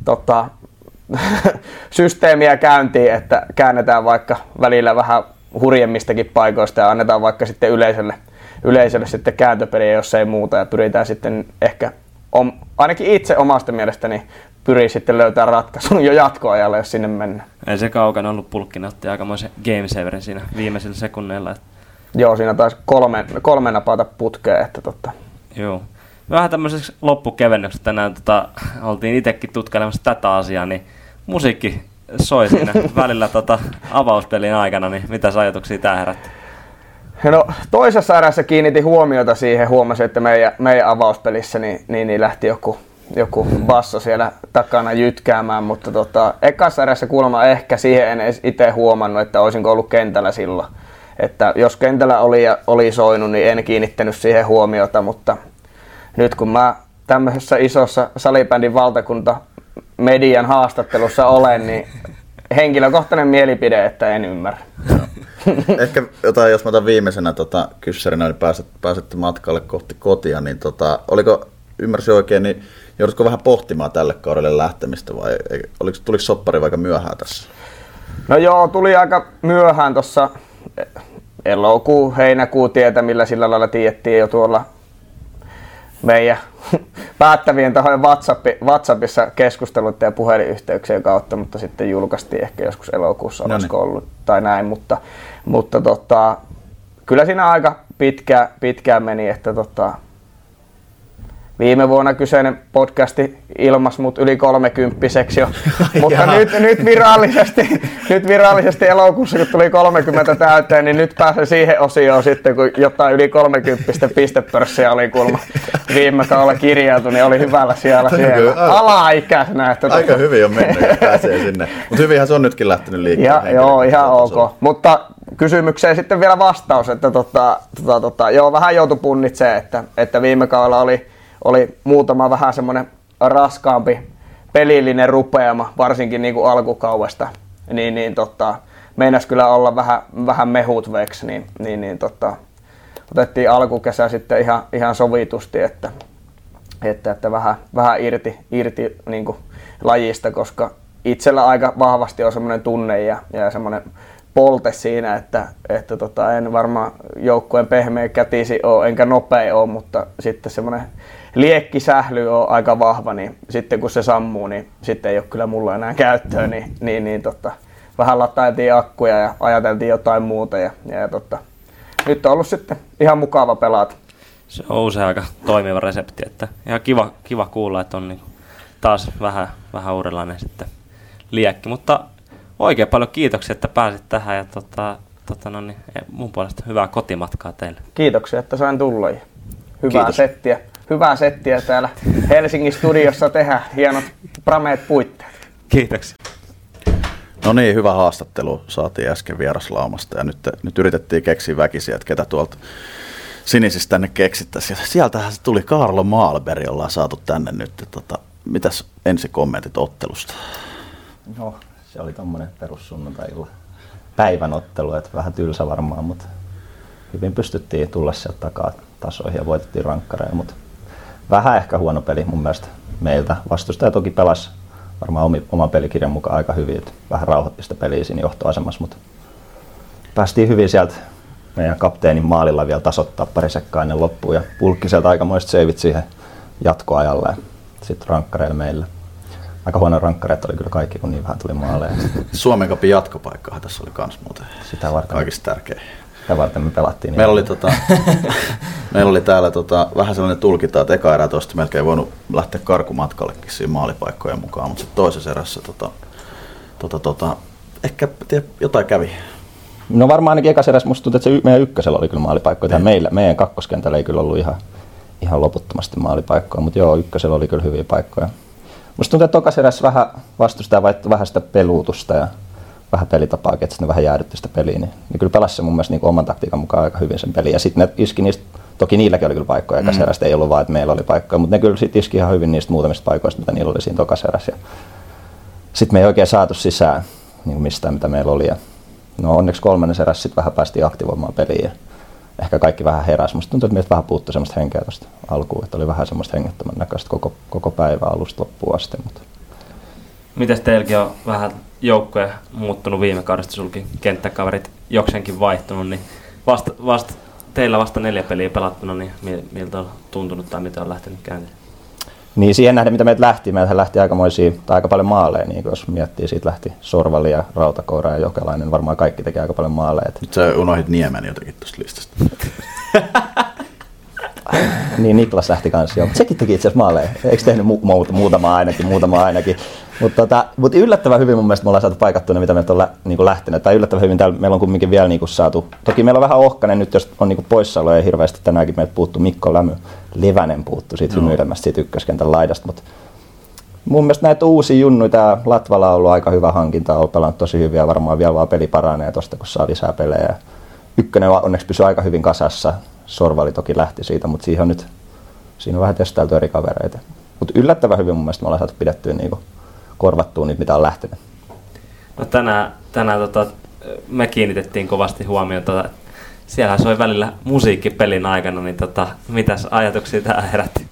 systeemiä käyntiin, että käännetään vaikka välillä vähän hurjemmistakin paikoista ja annetaan vaikka sitten yleisölle sitten kääntöpeliä, jos ei muuta, ja pyritään sitten ehkä, ainakin itse omasta mielestäni, pyrii sitten löytää ratkaisun jo jatkoajalla, jos sinne mennään. Ei se kaukana ollut, Pulkkinen otti aikamoisen game saverin siinä viimeisillä sekunneilla. Joo, siinä taisi kolme napata putkeen. Joo. Vähän tämmöiseksi loppukevennykseksi tänään oltiin itsekin tutkailemassa tätä asiaa, niin musiikki soi siinä välillä avauspelin aikana, niin mitä ajatuksia tää herätti? No, toisessa erässä kiinnitin huomiota siihen, huomasin, että meidän avauspelissä niin lähti joku basso siellä takana jytkäämään, mutta ekassa erässä kuulemma ehkä siihen en edes itse huomannut, että olisinko ollut kentällä silloin. Että jos kentällä oli soinut, niin en kiinnittänyt siihen huomiota, mutta nyt kun mä tämmöisessä isossa salibändin valtakunta median haastattelussa olen, niin henkilökohtainen mielipide, että en ymmärrä. Ehkä jotain, jos mä otan viimeisenä kyssärinä, niin pääsette matkalle kohti kotia, niin ymmärsin oikein, niin joudutko vähän pohtimaan tälle kaudelle lähtemistä vai tuliko soppari vaikka myöhään tässä? No joo, tuli aika myöhään tuossa elokuu, heinäkuu tietämillä, sillä lailla tiedettiin jo tuolla meidän päättävien tahojen WhatsAppissa keskusteluiden ja puhelinyhteyksien kautta, mutta sitten julkaistiin ehkä joskus elokuussa, olisiko ollut tai näin, mutta kyllä siinä aika pitkään meni, että viime vuonna kyseinen podcasti ilmasi mut yli 30-vuotiaaksi jo, mutta nyt virallisesti elokuussa, kun tuli 30 täyteen, niin nyt pääsen siihen osioon sitten, kun jotain yli 30 pistepörssiä oli kuulemma viime kaudella kirjautu, niin oli hyvällä siellä alaikäisenä. Aika hyvin on mennyt ja pääsee sinne, mutta hyvinhän se on nytkin lähtenyt liikkeelle. Joo, ihan ok, mutta kysymykseen sitten vielä vastaus, että joo, vähän joutui punnitsemaan, että viime kaudella oli muutama vähän semmoinen raskaampi pelillinen rupeama, varsinkin niin kuin alkukaudesta, niin meinasi kyllä olla vähän mehut veksi, niin otettiin alkukesä sitten ihan sovitusti, että vähän irti niin kuin lajista, koska itsellä aika vahvasti on semmoinen tunne ja semmoinen polte siinä, että en varmaan joukkueen pehmeä kätisi ole, enkä nopea ole, mutta sitten semmoinen liekkisähly on aika vahva, niin sitten kun se sammuu, niin sitten ei ole kyllä mulla enää käyttöä, niin vähän latailtiin akkuja ja ajateltiin jotain muuta ja nyt on ollut sitten ihan mukava pelata. Se on usein aika toimiva resepti, että ihan kiva kuulla, että on niin taas vähän uudenlainen sitten liekki, mutta oikein paljon kiitoksia, että pääsit tähän ja mun puolesta hyvää kotimatkaa teille. Kiitoksia, että sain tulla ja hyvää settiä täällä Helsingin studiossa tehdä. Hienot prameet puitteet. Kiitoksia. No niin, hyvä haastattelu saatiin äsken vieraslaumasta ja nyt yritettiin keksiä väkisiä, että ketä tuolta sinisistä tänne keksittäisiin. Sieltähän se tuli Kaarlo Maalberg, ollaan saatu tänne nyt. Mitäs ensikommentit ottelusta? No, se oli tommonen perussunnuntai-illan päivänottelu, että vähän tylsä varmaan, mutta hyvin pystyttiin tulla sieltä takaa tasoihin ja voitettiin rankkareja, mutta vähän ehkä huono peli mun mielestä meiltä. Vastustaja toki pelasi varmaan oman pelikirjan mukaan aika hyvin, että vähän rauhoitti sitä peliä siinä johtoasemassa, mutta päästiin hyvin sieltä meidän kapteenin maalilla vielä tasoittaa pari sekkaa ennen loppuun ja Pulkkiselta aikamoiset seivit siihen jatkoajalle ja sitten rankkareille meille. aika huono rankkareet oli kyllä kaikki, kun niin vähän tuli maaleja. Suomen Cupin jatkopaikkahan tässä oli kans muuten Sitä varten, kaikista tärkein. Sitä varten me pelattiin. Meillä oli täällä vähän sellainen tulkinta, että eka erä tosta melkein voinut lähteä karkumatkallekin siinä maalipaikkojen mukaan, mutta sitten toisessa erässä ehkä jotain kävi. No varmaan ainakin ekassa erässä musta tuntuu, että se meidän ykkösellä oli kyllä maalipaikkoja. Meidän kakkoskentällä ei kyllä ollut ihan loputtomasti maalipaikkoja, mutta joo, ykkösellä oli kyllä hyviä paikkoja. Musta tuntuu, että tokassa erässä vähän vastustaja vaihtoi vähän sitä peluutusta ja vähän pelitapaa, että sitten vähän jäädytti sitä peliä, niin kyllä pelasi se mun mielestä niin oman taktiikan mukaan aika hyvin sen pelin. Ja sitten ne iski niistä, toki niilläkin oli kyllä paikkoja, ekassa erästä ei ollut vaan, että meillä oli paikkoja, mutta ne kyllä sitten iski ihan hyvin niistä muutamista paikoista, mitä niillä oli siinä tokassa erässä. Sitten me ei oikein saatu sisään niin mistään, mitä meillä oli. Ja no onneksi kolmannen erässä sitten vähän päästiin aktivoimaan peliä ja ehkä kaikki vähän heräsi. Musta tuntuu, että meiltä vähän puuttui semmoista henkeä tuosta alkuun, että oli vähän semmoista hengettömän näköistä koko päivää alusta loppuun asti. Mutta. Mites teilläkin on vähän joukkoja muuttunut viime kaudesta, sulki kenttäkaverit jokseenkin vaihtunut, niin teillä vasta 4 peliä pelattuna, niin miltä on tuntunut tai mitä on lähtenyt käyntiin? Niin siihen nähden, mitä meiltä lähti aika paljon maaleja, niin jos miettii, siitä lähti Sorvali ja Rautakoura ja Jokelainen, varmaan kaikki teki aika paljon maaleja. Nyt sä unohdit Niemen jotenkin tuosta listasta. Niin, Niklas lähti kanssa jo, mutta sekin teki itse asiassa maaleja. Eikö tehnyt muutama ainakin? Mutta yllättävän hyvin mun mielestä me ollaan saatu paikattua ne, mitä meiltä on niin lähtenyt. Tai yllättävän hyvin täällä meillä on kumminkin vielä niin saatu. Toki meillä on vähän ohkainen nyt, jos on niin poissaoloja hirveästi. Tänäänkin meiltä puuttuu Mikko Levänen puuttu siitä hymyilemästä siitä ykköskentän laidasta. Mutta mun mielestä näitä uusia junnuja, tämä Latvala on ollut aika hyvä hankinta, on pelannut tosi hyvin ja varmaan vielä vaan peli paranee tosta, kun saa lisää pelejä. Ykkönen onneksi pysyy aika hyvin kasassa. Sorvali toki lähti siitä, mutta siinä on vähän testailtu eri kavereita. Mutta yllättävän hyvin mun mielestä me ollaan saatu pidettyä niinku korvattua niitä, mitä on lähtenyt. No tänään me kiinnitettiin kovasti huomiota. Siellähän soi välillä musiikki pelin aikana, niin mitäs ajatuksia tämä herätti?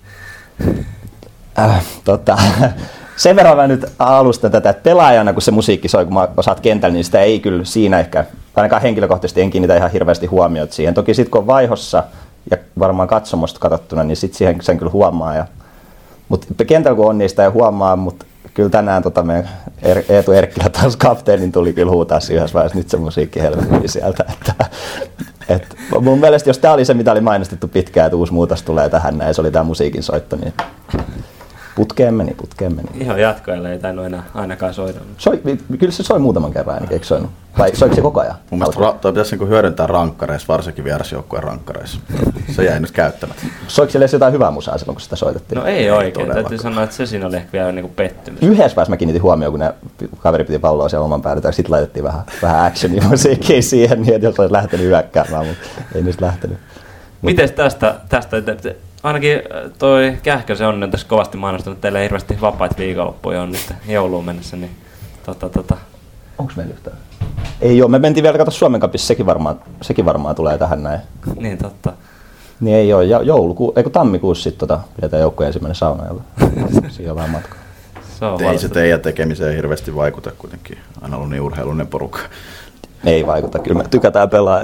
Sen verran mä nyt alustan tätä, että pelaajana kun se musiikki soi, kun mä osaat kentällä, niin sitä ei kyllä siinä ehkä, ainakaan henkilökohtaisesti en kiinnitä ihan hirveästi huomiota siihen. Toki sitten kun on vaihossa ja varmaan katsomosta katsottuna, niin sitten siihen sen kyllä huomaa. Mutta kentällä kun on, niin sitä ei huomaa, mutta kyllä tänään meidän Eetu Erkkilä taas kapteenin tuli kyllä huutaa yhdessä vaiheessa, nyt se musiikki helvetti sieltä. Että mun mielestä jos tämä oli se, mitä oli mainostettu pitkään, että uusi muutos tulee tähän näin, se oli tämä musiikin soitto, niin putkeen meni. Ihan jatkoille ei tainnut enää ainakaan soida. Kyllä se soi muutaman kerran ainakin, eikö soinut? Vai soiko se koko ajan? Mun mielestä toi pitäisi hyödyntää rankkareissa, varsinkin vierasjoukkueen rankkareissa. Se jäi nyt käyttämättä. Soiko siellä edes jotain hyvää musaa silloin, kun sitä soitettiin? No ei oikein. Täytyy sanoa, että se siinä oli ehkä vielä pettymys. Yhdessä vaiheessa mä kiinnitin huomioon, kun ne kaveri piti palloa siellä oman päälle, ja sitten laitettiin vähän actionia musiikkia siihen, niin että jos olisi lähtenyt hyökkäämään, mutta ei niistä lähtenyt. Miten tästä ainakin toi Kähkösen on tässä kovasti mainostanut, että teillä ei hirveästi vapaita viikonloppuja on nyt jouluun mennessä, niin Onko meillä yhtään? Ei oo, me mentiin vielä katsoa Suomen Cupissa, sekin varmaan tulee tähän näin. Niin totta. Niin ei oo, tammikuussa sitten pidetään joukkojen ensimmäinen saunailta. Siinä on vähän matkaa. Ei se teidän tekemiseen hirveästi vaikuta kuitenkin, aina ollut niin urheilunen porukka. Ei vaikuta, kyllä me tykätään pelaa.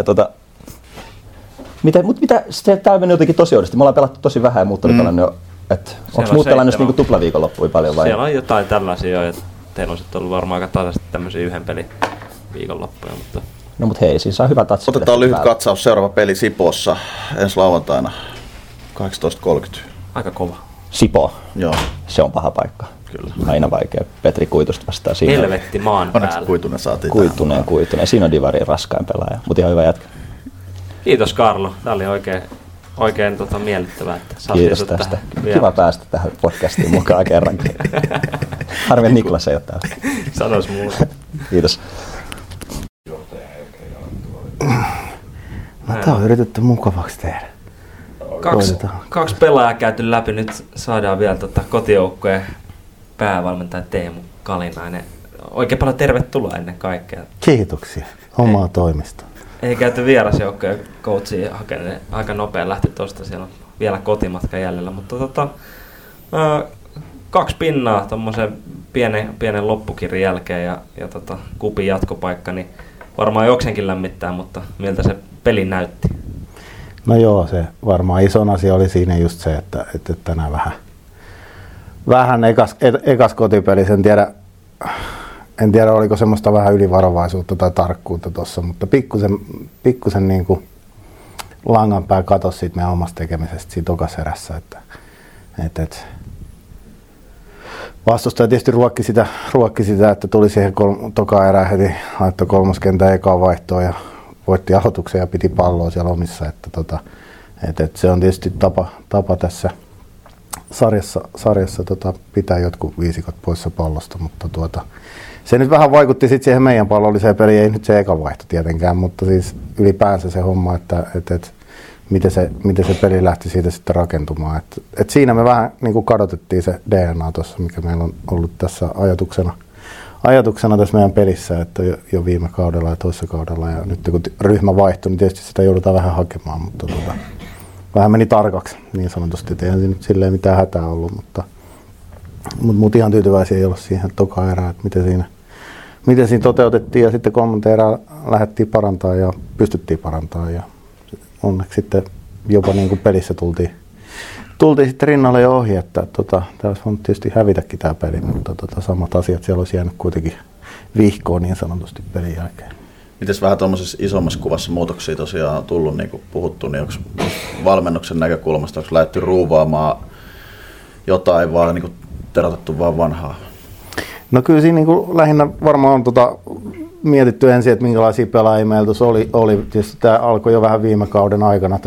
Mitä täällä meni jotenkin tosi oudosti. Me ollaan pelattu tosi vähän ja muut oli pelannut jo. Onko muut pelannut niinku tuplaviikonloppuja paljon vai? Siellä on jotain tällaisia jo, että teillä on sitten ollut varmaan aika tasaisesti tämmöisiä yhden pelin viikonloppuja. No mut hei, siinä saa hyvä tatsi. Otetaan lyhyt katsaus. Seuraava peli Sipoossa ensi lauantaina 18.30. Aika kova. Sipo. Joo. Se on paha paikka. Kyllä. Aina vaikea. Petri Kuitusta vastaan. Helvetti maan päällä. Onneksi Kuitunen saatiin Kuitunen. Siinä on Divarin raskain pelaaja, mutta ihan hyvä jätkä. Kiitos Karlo. Tämä oli oikein miellyttävää, että kiitos tästä. Kiva päästä tähän podcastiin mukaan kerrankin. Harmi Niklas ei ole täällä. Sanois mulle. Kiitos. Tämä on yritetty mukavaksi tehdä. Kaksi pelaajaa käyty läpi. Nyt saadaan vielä kotijoukkojen päävalmentaja Teemu Kalinainen. Oikein paljon tervetuloa ennen kaikkea. Kiitoksia. Omaa toimistoa. Ei käyty vierasjoukkojen coachia hakemaan. Aika nopea lähti tuosta. Siellä on vielä kotimatka jäljellä. Mutta 2 pinnaa tuommoisen pienen loppukirjan jälkeen ja kupin jatkopaikka. Niin varmaan jokseenkin lämmittää, mutta miltä se peli näytti? No joo, se varmaan ison asia oli siinä just se, että tänään vähän ekas kotipelissä, en tiedä oliko semmoista vähän ylivarovaisuutta tai tarkkuutta tuossa, mutta pikkusen niin kuin langanpää katosi siitä meidän omasta tekemisestä siinä tokas erässä, että vastustaja tietysti ruokki sitä, että tuli siihen toka erään heti, laittoi kolmoskentän ekaan vaihtoon ja voitti aloituksen ja piti palloa siellä omissa, että se on tietysti tapa tässä sarjassa pitää jotkut viisikot poissa pallosta, mutta se nyt vähän vaikutti sitten siihen meidän pallolliseen peliin, ei nyt se eka vaihto tietenkään, mutta siis ylipäänsä se homma, että miten se peli lähti siitä sitten rakentumaan. Et siinä me vähän niin kuin kadotettiin se DNA tuossa, mikä meillä on ollut tässä ajatuksena tässä meidän pelissä, että jo viime kaudella ja toisessa kaudella. Ja nyt kun ryhmä vaihtui, niin tietysti sitä joudutaan vähän hakemaan, mutta vähän meni tarkaksi niin sanotusti. Et eihän siinä nyt silleen mitään hätää ollut, mutta ihan tyytyväisiä ei ollut siihen toka erään, että miten siinä toteutettiin. Ja sitten kolmanteen erään lähdettiin parantaa ja pystyttiin parantamaan. Ja onneksi sitten jopa niin kuin pelissä tultiin sitten rinnalle jo ohi, että tämä olisi voinut tietysti hävitäkin tämä peli, mutta samat asiat siellä olisi jäänyt kuitenkin vihkoon niin sanotusti pelin jälkeen. Mites vähän tuommoisessa isommassa kuvassa muutoksia tosiaan on tullut, niin kuin puhuttu, niin onko valmennuksen näkökulmasta, onko lähdetty ruuvaamaan jotain vaan niin kuin terotettu vaan vanhaa? No kyllä siinä niin kuin lähinnä varmaan on mietitty ensin, että minkälaisia pelaajia meillä tuossa oli. Tietysti tämä alkoi jo vähän viime kauden aikana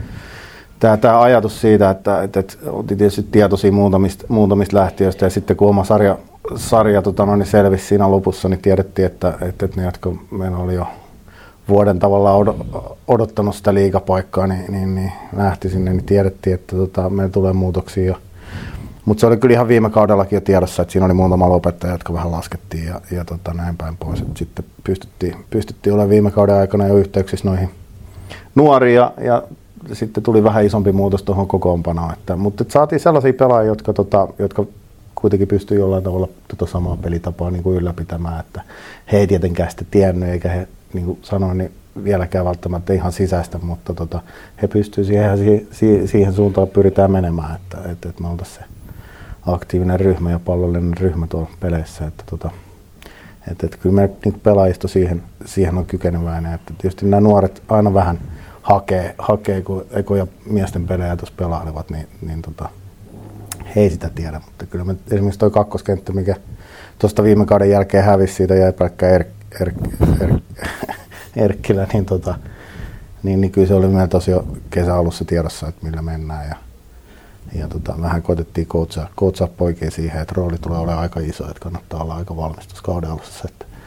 tämä ajatus siitä, että oltiin tietysti tietoisia muutamista lähtiöistä ja sitten kun oma sarja selvisi siinä lopussa, niin tiedettiin, että ne, jotka meillä oli jo vuoden tavallaan odottanut sitä liigapaikkaa, niin lähti sinne, niin tiedettiin, että meillä tulee muutoksia. Mutta se oli kyllä ihan viime kaudellakin jo tiedossa, että siinä oli muutama lopettaja, jotka vähän laskettiin ja näin päin pois. Et sitten pystyttiin olemaan viime kauden aikana jo yhteyksissä noihin nuoriin ja sitten tuli vähän isompi muutos tuohon kokoonpanoon. Mutta saatiin sellaisia pelaajia, jotka kuitenkin pystyy jollain tavalla samaa pelitapaa niin kuin ylläpitämään. Että he ei tietenkään sitä tiennyt, eikä he, niin kuin sanoin, niin vieläkään välttämättä ihan sisäistä, mutta he pystyvät siihen suuntaan pyritään menemään, että me oltaisiin se aktiivinen ryhmä ja pallollinen ryhmä tuolla peleissä. Että kyllä me niin pelaajisto siihen on kykeneväinen. Että tietysti nämä nuoret aina vähän hakee kun ekoja miesten pelejä tuossa pelailevat, niin he ei sitä tiedä. Mutta kyllä me esimerkiksi tuo kakkoskenttä, mikä tuosta viime kauden jälkeen hävisi, siitä jäi pelkkä Erkkilä, niin kyllä se oli meillä tosiaan kesäalussa tiedossa, että millä mennään. Ja vähän koitettiin coachaa poikia siihen, että rooli tulee olemaan aika iso, että kannattaa olla aika valmis tuossa kauden alussa.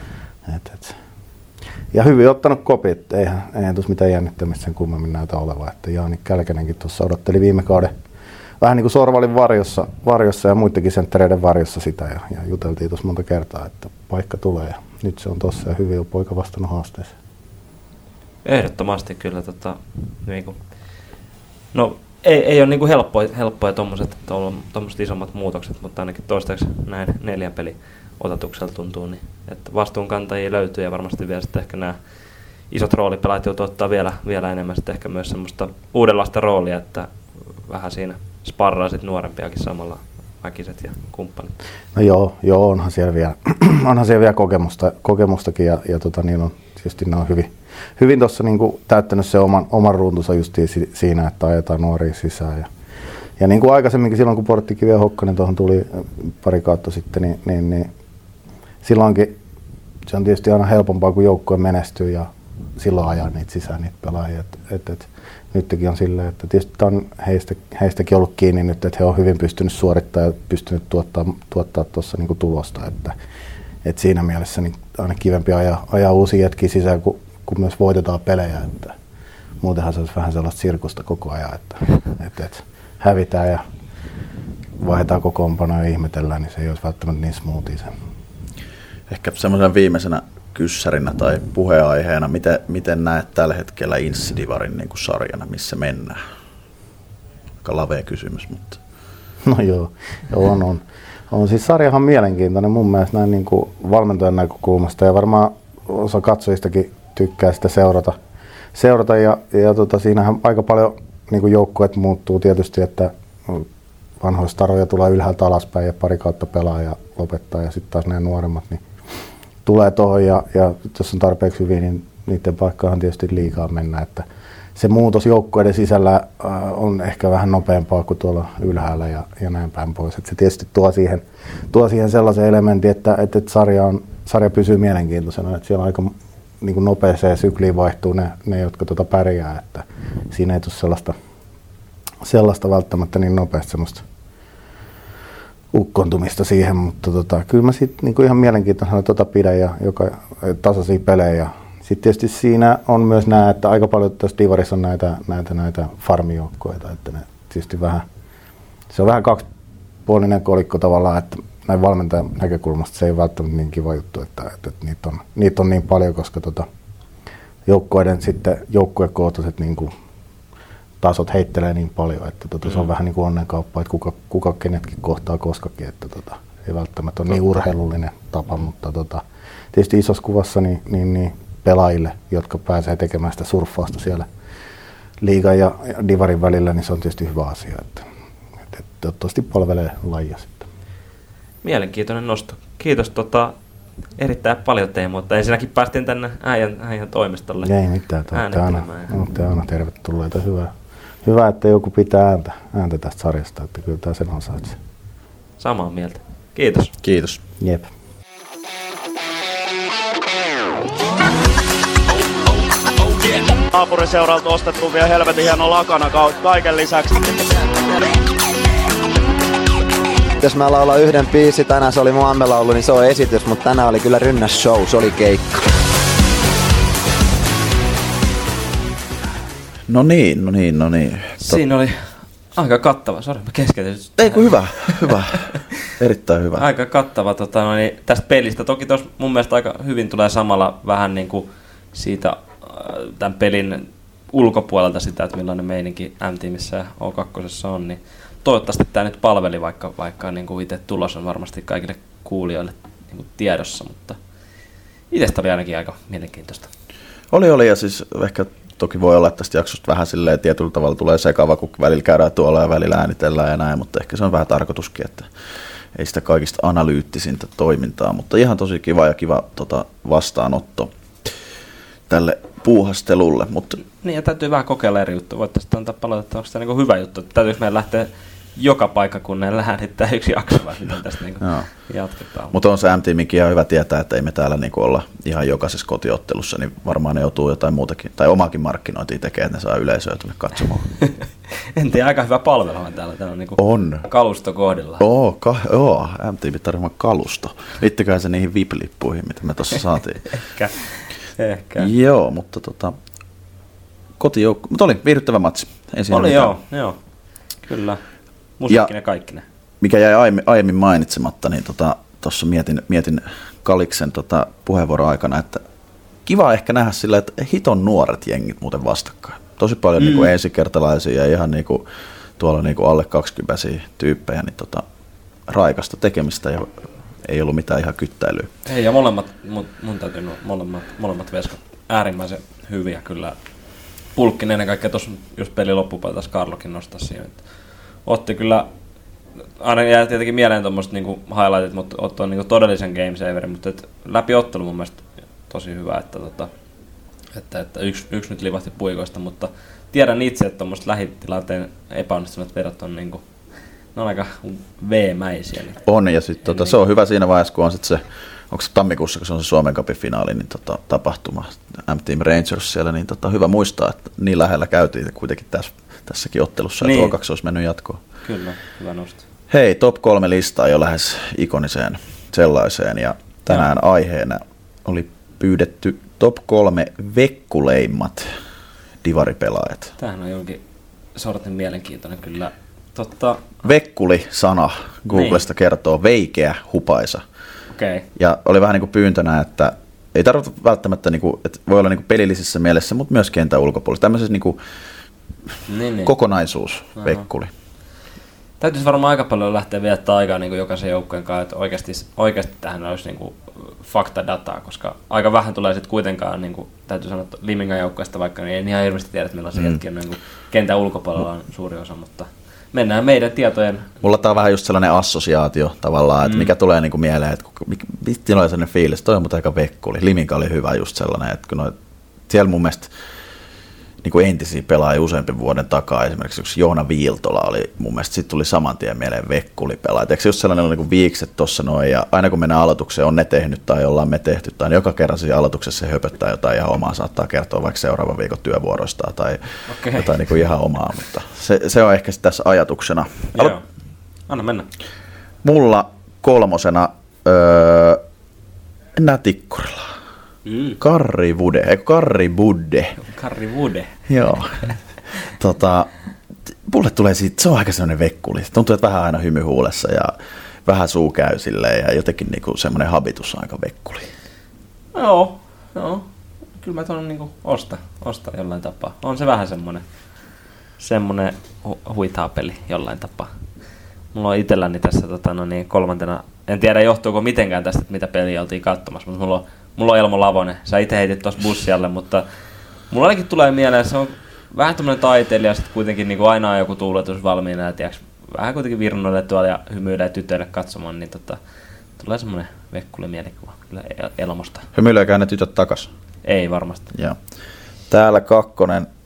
Ja hyvin ottanut kopit, että eihän tuossa mitään jännittämistä sen kummemmin näytä olevan. Että Jaani Kälkänenkin tuossa odotteli viime kauden vähän niin kuin Sorvalin varjossa ja muidenkin senttereiden varjossa sitä. Ja juteltiin tuossa monta kertaa, että paikka tulee ja nyt se on tossa ja hyvin on poika vastannut haasteeseen. Ehdottomasti kyllä. Niin kuin, no ei ole niin kuin helppoja tuommoiset isommat muutokset, mutta ainakin toistaiseksi näin 4 pelin ototuksella tuntuu, niin, että vastuunkantajia löytyy ja varmasti vielä sitten ehkä nämä isot roolipelaajat joutuu ottaa vielä enemmän sitten ehkä myös semmoista uudenlaista roolia, että vähän siinä sparraa sitten nuorempiakin samalla väkiset ja kumppanit. No joo onhan siellä vielä kokemustakin ja niin on, tietysti ne on hyvin tuossa niin täyttänyt se oman ruutunsa justiin siinä, että ajetaan nuoria sisään. Ja niin kuin aikaisemminkin silloin, kun Porttikivi ja Hokkanen tuohon tuli pari kautta sitten, niin silloinkin se on tietysti aina helpompaa, kun joukkue menestyy ja silloin ajaa niitä sisään, niitä pelaajia. Nytkin on silleen, että tietysti tämä on heistäkin ollut kiinni nyt, että he on hyvin pystynyt suorittamaan ja pystynyt tuottaa tuossa niin kuin tulosta. Että siinä mielessä niin aina kivempi ajaa uusia jätkiä sisään, kun myös voitetaan pelejä. Että muutenhan se olisi vähän sellaista sirkusta koko ajan, että hävitään ja vaihdetaan kokoonpanoja ja ihmetellään, niin se ei olisi välttämättä niin smoothia se. Ehkä semmoisena viimeisenä kyssärinä tai puheenaiheena, miten näet tällä hetkellä Inssidivarin niin kuin sarjana, missä mennään? Aika lavea kysymys, mutta... No joo, on. Siis sarjahan mielenkiintoinen mun mielestä näin niin kuin valmentajan näkökulmasta ja varmaan osa katsojistakin tykkää sitä seurata ja siinähän aika paljon niin kuin joukkueet muuttuu tietysti, että vanhoja staroja tulee ylhäältä alaspäin ja pari kautta pelaa ja lopettaa ja sitten taas nämä nuoremmat niin tulee tuohon ja jos on tarpeeksi hyvin, niin niiden paikkaan tietysti liikaa mennä, että se muutos joukkueiden sisällä on ehkä vähän nopeampaa kuin tuolla ylhäällä ja näin päin pois. Et se tietysti tuo siihen sellaisen elementin, että sarja pysyy mielenkiintoisena, että siellä aika niin kuin nopeeseen sykliin vaihtuu ne jotka pärjää, että siinä ei tule sellaista välttämättä niin nopeasti semmoista ukkoontumista siihen, mutta kyllä mä sitten niin ihan mielenkiintoisena pidän ja joka tasaisia pelejä. Sitten tietysti siinä on myös nämä, että aika paljon tässä divarissa on näitä farmijoukkoita, että ne tietysti se on vähän kaksipuolinen kolikko tavallaan, että näin valmentajan näkökulmasta se ei välttämättä niin kiva juttu, että niitä on niin paljon, koska joukkuekohtaiset niin kuin tasot heittelee niin paljon, että se on vähän niin kuin onnenkauppa, että kuka kenetkin kohtaa koskakin, että ei välttämättä ole niin urheilullinen tapa, mutta tietysti isossa kuvassa niin pelaajille, jotka pääsee tekemään sitä surffausta siellä liigan ja divarin välillä, niin se on tietysti hyvä asia, että toivottavasti palvelee lajia sitten. Mielenkiintoinen nosto. Kiitos erittäin paljon Teemu, että ensinnäkin päästiin tänne äijän toimistolle. Ei mitään, olette aina tervetulleita. Hyvä, että joku pitää ääntä tästä sarjasta, että kyllä tämä sen ansaitsee. Samaa mieltä. Kiitos. Kiitos. Jep. Naapuriseuralta ostettu vielä helvetin hieno lakana kaiken lisäksi. Jos mä laulan yhden biisi, tänään se oli mun ammelaulu, niin se on esitys, mutta tänään oli kyllä rynnäs show, se oli keikka. No niin. Siinä oli aika kattava, sori mä keskeytin. Ei kun hyvä. Erittäin hyvä. Aika kattava tästä pelistä. Toki tuossa mun mielestä aika hyvin tulee samalla vähän niin kuin siitä tämän pelin ulkopuolelta sitä, että millainen meininki M-tiimissä ja O2 on, niin toivottavasti tämä nyt palveli, vaikka niin kuin itse tulos on varmasti kaikille kuulijoille niin kuin tiedossa, mutta itsestä oli ainakin aika mielenkiintoista. Oli ja siis ehkä toki voi olla, että tästä jaksosta vähän silleen tietyllä tavalla tulee sekava, kun välillä käydään tuolla ja välillä äänitellään ja näin, mutta ehkä se on vähän tarkoituskin, että ei sitä kaikista analyyttisintä toimintaa, mutta ihan tosi kiva vastaanotto tälle puuhastelulle. Mutta niin ja täytyy vähän kokeilla eri juttuja. Voitaisiin antaa palautetta, onko tämä niin hyvä juttu, että täytyykö meidän lähteä joka paikkakunnan äänittää yksi jakso vai miten tästä niin jatketaan. Mutta on se M-tiimikin ihan hyvä tietää, että ei me täällä niin olla ihan jokaisessa kotiottelussa, niin varmaan ne joutuu jotain muutakin, tai omaakin markkinointia tekemään, että ne saa yleisöä tuonne katsomaan. En tiedä, aika hyvä palvelu on täällä. Täällä on, niin on kalusto kohdillaan. Joo, M-tiimi tarjoaa kalusto. Liittyköhän se niihin VIP-lippuihin, mitä me tuossa saatiin. Ehkä. Joo, mutta kotijoukko, mutta oli viihdyttävä matsi. Oli joo, kyllä. Musiikkinen ja kaikkinen. Mikä jäi aiemmin mainitsematta, niin tuossa mietin Kaliksen puheenvuoron aikana, että kiva ehkä nähdä sillä, että hiton nuoret jengit muuten vastakkain. Tosi paljon niin kuin ensikertalaisia ja ihan niin kuin, tuolla niin kuin alle 20 tyyppejä, niin raikasta tekemistä ja ei ollut mitään ihan kyttäilyä. Ei, ja mun täytyy molemmat veskat äärimmäisen hyviä kyllä. Pulkkinen ennen kaikkea tuossa just pelin loppupuolella taas Karlokin nostaa siihen. Otti kyllä, aina jää tietenkin mieleen tuommoiset niinku highlightit, mutta otti niinku todellisen game saverin, mutta läpi ottelu mun mielestä tosi hyvä, että yksi nyt livahti puikoista, mutta tiedän itse, että tuommoiset lähitilanteen epäonnistuneet vedot on niinku, ne on aika veemäisiä. Niin. On, ja sitten se on hyvä siinä vaiheessa, kun on sitten se, onko se tammikuussa, kun se on se Suomen Cupin finaali, niin tapahtuma M-Team Rangers siellä, niin hyvä muistaa, että niin lähellä käytiin kuitenkin tässäkin ottelussa, niin. Että O2 olisi mennyt jatkoon. Kyllä, hyvä nosto. Hei, top 3 listaa jo lähes ikoniseen sellaiseen, ja tänään aiheena oli pyydetty top 3 vekkuleimmat divaripelaajat. Tämähän on jonkin sortin mielenkiintoinen kyllä. Vekkuli-sana Googlesta kertoo veikeä, hupaisa. Okay. Ja oli vähän niin kuin pyyntönä, että ei tarvitse välttämättä, niin kuin, että voi olla niin kuin pelillisissä mielessä, mutta myös kentän ulkopuolella. Tämmöisessä niin kuin kokonaisuus, vekkuli. Täytyisi varmaan aika paljon lähteä viettää aikaa niin kuin jokaisen joukkueen kanssa, että oikeasti tähän olisi niin kuin faktadataa, koska aika vähän tulee sitten kuitenkaan, niin kuin, täytyy sanoa, että Limingan joukkueesta vaikka, niin ei ihan hirveästi tiedä, että millaisia hetkiä niin kentän ulkopuolella on suuri osa, mutta mennään meidän tietojen... Mulla tää on vähän just sellainen assosiaatio tavallaan, että mikä tulee niinku mieleen, että vittiin oli sellainen fiilis, toi on muuten aika vekkuli. Liminka oli hyvä just sellainen, että kun siellä mun mielestä niinku entisiä pelaajia useampi vuoden takaa, esimerkiksi yksi Joona Viiltola oli mun mielestä, sit tuli saman tien mieleen vekkuli pelaaja. Eikö se just sellainen niinku viikset tossa noin, ja aina kun mennään aloitukseen, on ne tehnyt tai ollaan me tehty, tai niin joka kerran siinä aloituksessa se höpöttää jotain ihan omaa, saattaa kertoa vaikka seuraavan viikon työvuoroista tai jotain niinku ihan omaa, mutta se on ehkä tässä ajatuksena. Anna mennä. Mulla 3. Enää Tikkurila. Karri Budde. Joo. Mulle tulee siitä, se on aika sellainen vekkuli. Tuntuu, että vähän aina hymy huulessa ja vähän suu käy silleen ja jotenkin niinku semmoinen habitus on aika vekkuli. Joo. Kyllä mä tuon niinku osta jollain tapaa. On se vähän semmonen huitaapeli jollain tapaa. Mulla on itselläni tässä 3. En tiedä johtuuko mitenkään tästä, että mitä peliä oltiin katsomassa, mutta mulla on Elmo Lavonen. Sä itse heitit tuossa bussialle, mutta mulla ainakin tulee mieleen, että se on vähän tämmönen taiteilija, sitten kuitenkin niin kuin aina on joku tuuletus valmiina, ja tiiäks, vähän kuitenkin virnoille tuolla ja hymyilee tytöille katsomaan, niin tulee semmonen vekkuli mielikuva kyllä Elmosta. Hymyileekään ne tytöt takas? Ei varmasti. Joo. Täällä 2.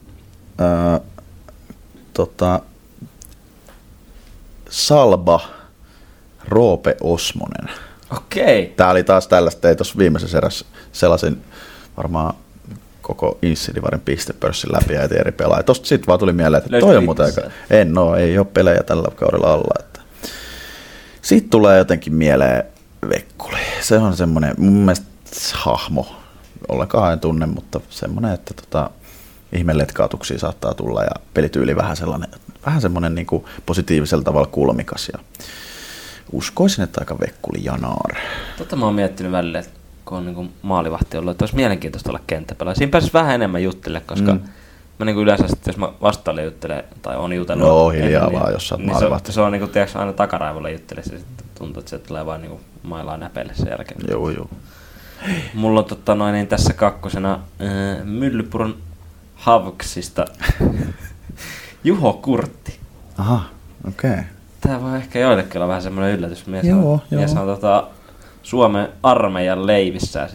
Salba Roope Osmonen. Okei. Tää oli taas tällaista, ei tuossa viimeisessä erässä selasin varmaan koko Insidivarin pistepörssin läpi ja eri pelaajia. Tosta sit vaan tuli mieleen, että toi on muuten aika... ei ole pelejä tällä kaudella alla. Että. Siitä tulee jotenkin mieleen vekkuli. Se on semmonen, mun mielestä hahmo, ollenkaan en tunne, mutta semmonen, että ihmeletkaatuksiin saattaa tulla ja pelityyli vähän semmonen niinku positiivisella tavalla kulmikas ja uskoisin, että aika vekkuli janaar. Mä oon miettinyt välillä, että kun on niinku maalivahti ollut, että olisi mielenkiintoista olla kenttäpelaaja. Siinä pääsisi vähän enemmän juttele, koska mä niinku yleensä sitten, jos mä vastaalle juttelen tai on jutellut... No hiljaa vaan, jos sä oot maalivahti. Se on niinku, tiedätkö, aina takaraivolla juttele, se sitten tuntuu, että se tulee vaan niinku mailaa näpeille sen jälkeen. Joo. Mulla on niin tässä 2. Myllypuron Havksista Juho Kurtti. Aha, okei. Okay. Tää voi ehkä joillekin olla vähän semmoinen yllätys. Mies on Suomen armeijan leivissä.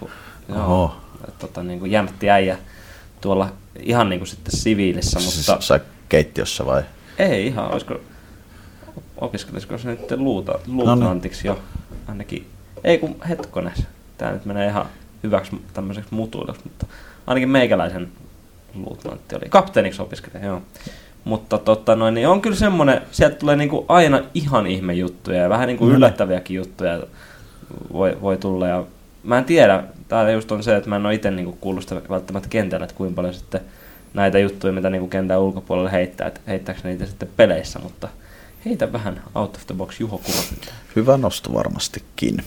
Niinku jämpti äijä tuolla ihan niinku sitten siviilissä. Mutta... Sai keittiössä vai? Ei ihan, opiskelisiko se nyt luutnantiksi jo ainakin. Ei kun hetkonen. Tää nyt menee ihan hyväksi tämmöiseksi mutuiluksi, mutta ainakin meikäläisen luutnantti oli. Kapteeniksi opiskelija, joo. Mutta niin on kyllä semmonen, sieltä tulee niinku aina ihan ihme juttuja ja vähän niinku yllättäviäkin juttuja voi tulla. Ja mä en tiedä, tää just on se, että mä en oo ite niinku kuullut sitä välttämättä kentällä, että kuinka paljon sitten näitä juttuja, mitä niinku kentän ulkopuolella heittää, että heittääkö niitä sitten peleissä, mutta heitä vähän out of the box Juho Kurtti. Hyvä nosto varmastikin.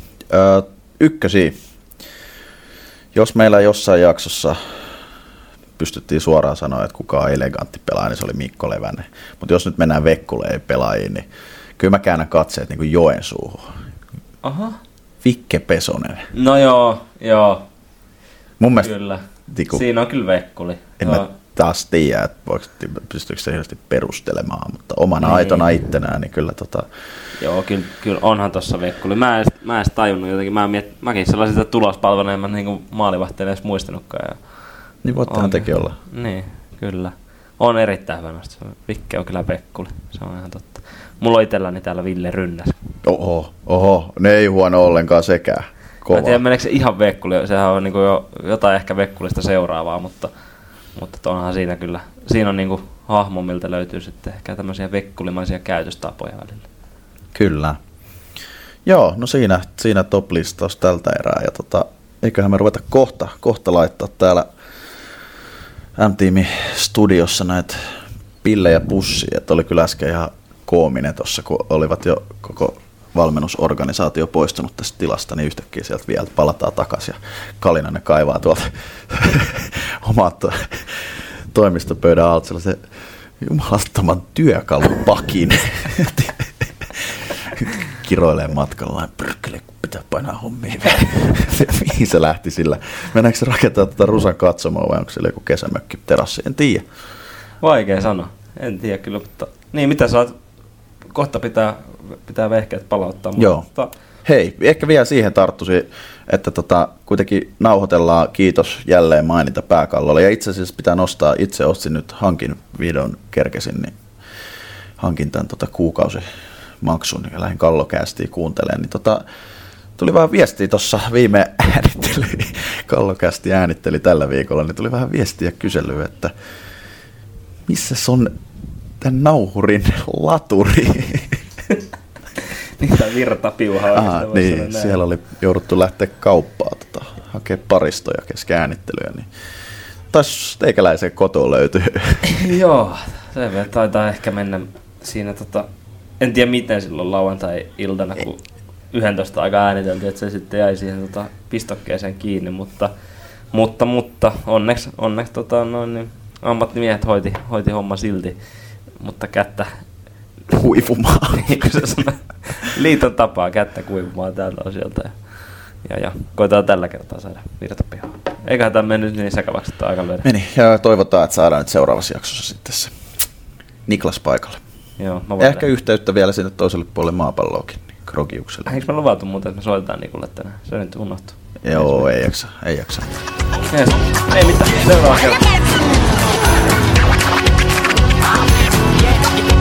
1. Jos meillä jossain jaksossa pystyttiin suoraan sanoa, että kuka on elegantti pelaaja, niin se oli Mikko Levänen. Mutta jos nyt mennään vekkuleen pelaajiin, niin kyllä mä käännän katseet niin kuin Joensuuhun. Aha. Vikke Pesonen. No joo. Mun mielestä, kyllä. Siinä on kyllä vekkuli. En mä taas tiedä, että pystyykö se hirveästi perustelemaan, mutta omana aitona ittenään, niin kyllä Joo, kyllä onhan tossa vekkuli. Mä en edes tajunnut jotenkin. Mäkin sellaisista tulospalveluja en niin maalivahteen edes muistanutkaan. Ja niin voittehan tekin olla. Niin, kyllä. On erittäin hyvä nosto. Vikke on kyllä vekkuli. Se on ihan totta. Mulla on itselläni täällä Ville Rynnäs. Oho, ne ei huono ollenkaan sekään. Kova. Mä tiedän, meneekö se ihan vekkuli. Sehän on niinku jo jotain ehkä vekkulista seuraavaa, mutta onhan siinä kyllä. Siinä on niinku hahmo, miltä löytyy sitten ehkä tämmöisiä vekkulimaisia käytöstapoja välillä. Kyllä. Joo, no siinä top-listaus tältä erää. Ja eiköhän me ruveta kohta laittaa täällä M-tiimin studiossa näitä pillejä pussiin. Että oli kyllä äsken ihan koominen tuossa, kun olivat jo koko valmennusorganisaatio poistunut tästä tilasta, niin yhtäkkiä sieltä vielä palataan takaisin ja Kalinainen kaivaa tuolta omat toimistopöydän alta sellaisen jumalattoman työkalupakin. Kiroilee matkalla, ja pyrkkele, kun pitää painaa hommia. Mihin se lähti sillä? Mennäänkö se rakentaa tätä Rusan katsomaan vai onko siellä joku kesämökki terassi? En tiedä. Vaikea sanoa. En tiedä kyllä, mutta Niin, mitä sä oot? Kohta pitää vehkeet palauttaa. Joo. Hei, ehkä vielä siihen tarttuisi, että kuitenkin nauhoitellaan, kiitos jälleen mainita Pääkallolle. Ja itse asiassa pitää nostaa, itse ostin nyt, hankin videon kerkesin, niin hankin tämän kuukausimaksun ja lähdin Kallokäästiin kuuntelemaan. Niin tuli vähän viestiä tuossa viime Kallokäästi äänitteli tällä viikolla, niin tuli vähän viestiä kyselyä, että missä on tämän nauhurin laturi? Niitä virtapiuhaa. Niin, siellä oli jouduttu lähteä kauppaan hakea paristoja kesken äänittelyä. Niin taas teikäläisen kotoa löytyy. Joo, se taitaa ehkä mennä siinä, en tiedä miten silloin lauantai-iltana, kun 11 aikaa ääniteltiin, että se sitten jäi siihen pistokkeeseen kiinni, mutta onneksi niin ammattimiehet hoiti homma silti, mutta kättä kuivumaan. Liiton tapaa kättä kuivumaan täältä osilta. Ja koitetaan tällä kertaa saada virtapihaa. Eiköhän tämä mennyt niin sekavaksi, että aika löydä. Meni, ja toivotaan, että saadaan nyt seuraavassa jaksossa sitten se Niklas paikalle. Joo, ehkä yhteyttä vielä sinne toiselle puolelle maapalloakin, niin Krogiukselle. Eikö me luvattu muuten, että me soitetaan Nikulle tänään? Se nyt unohtuu. Joo, ei jaksa. Yes. Ei mitään, seuraava kerta.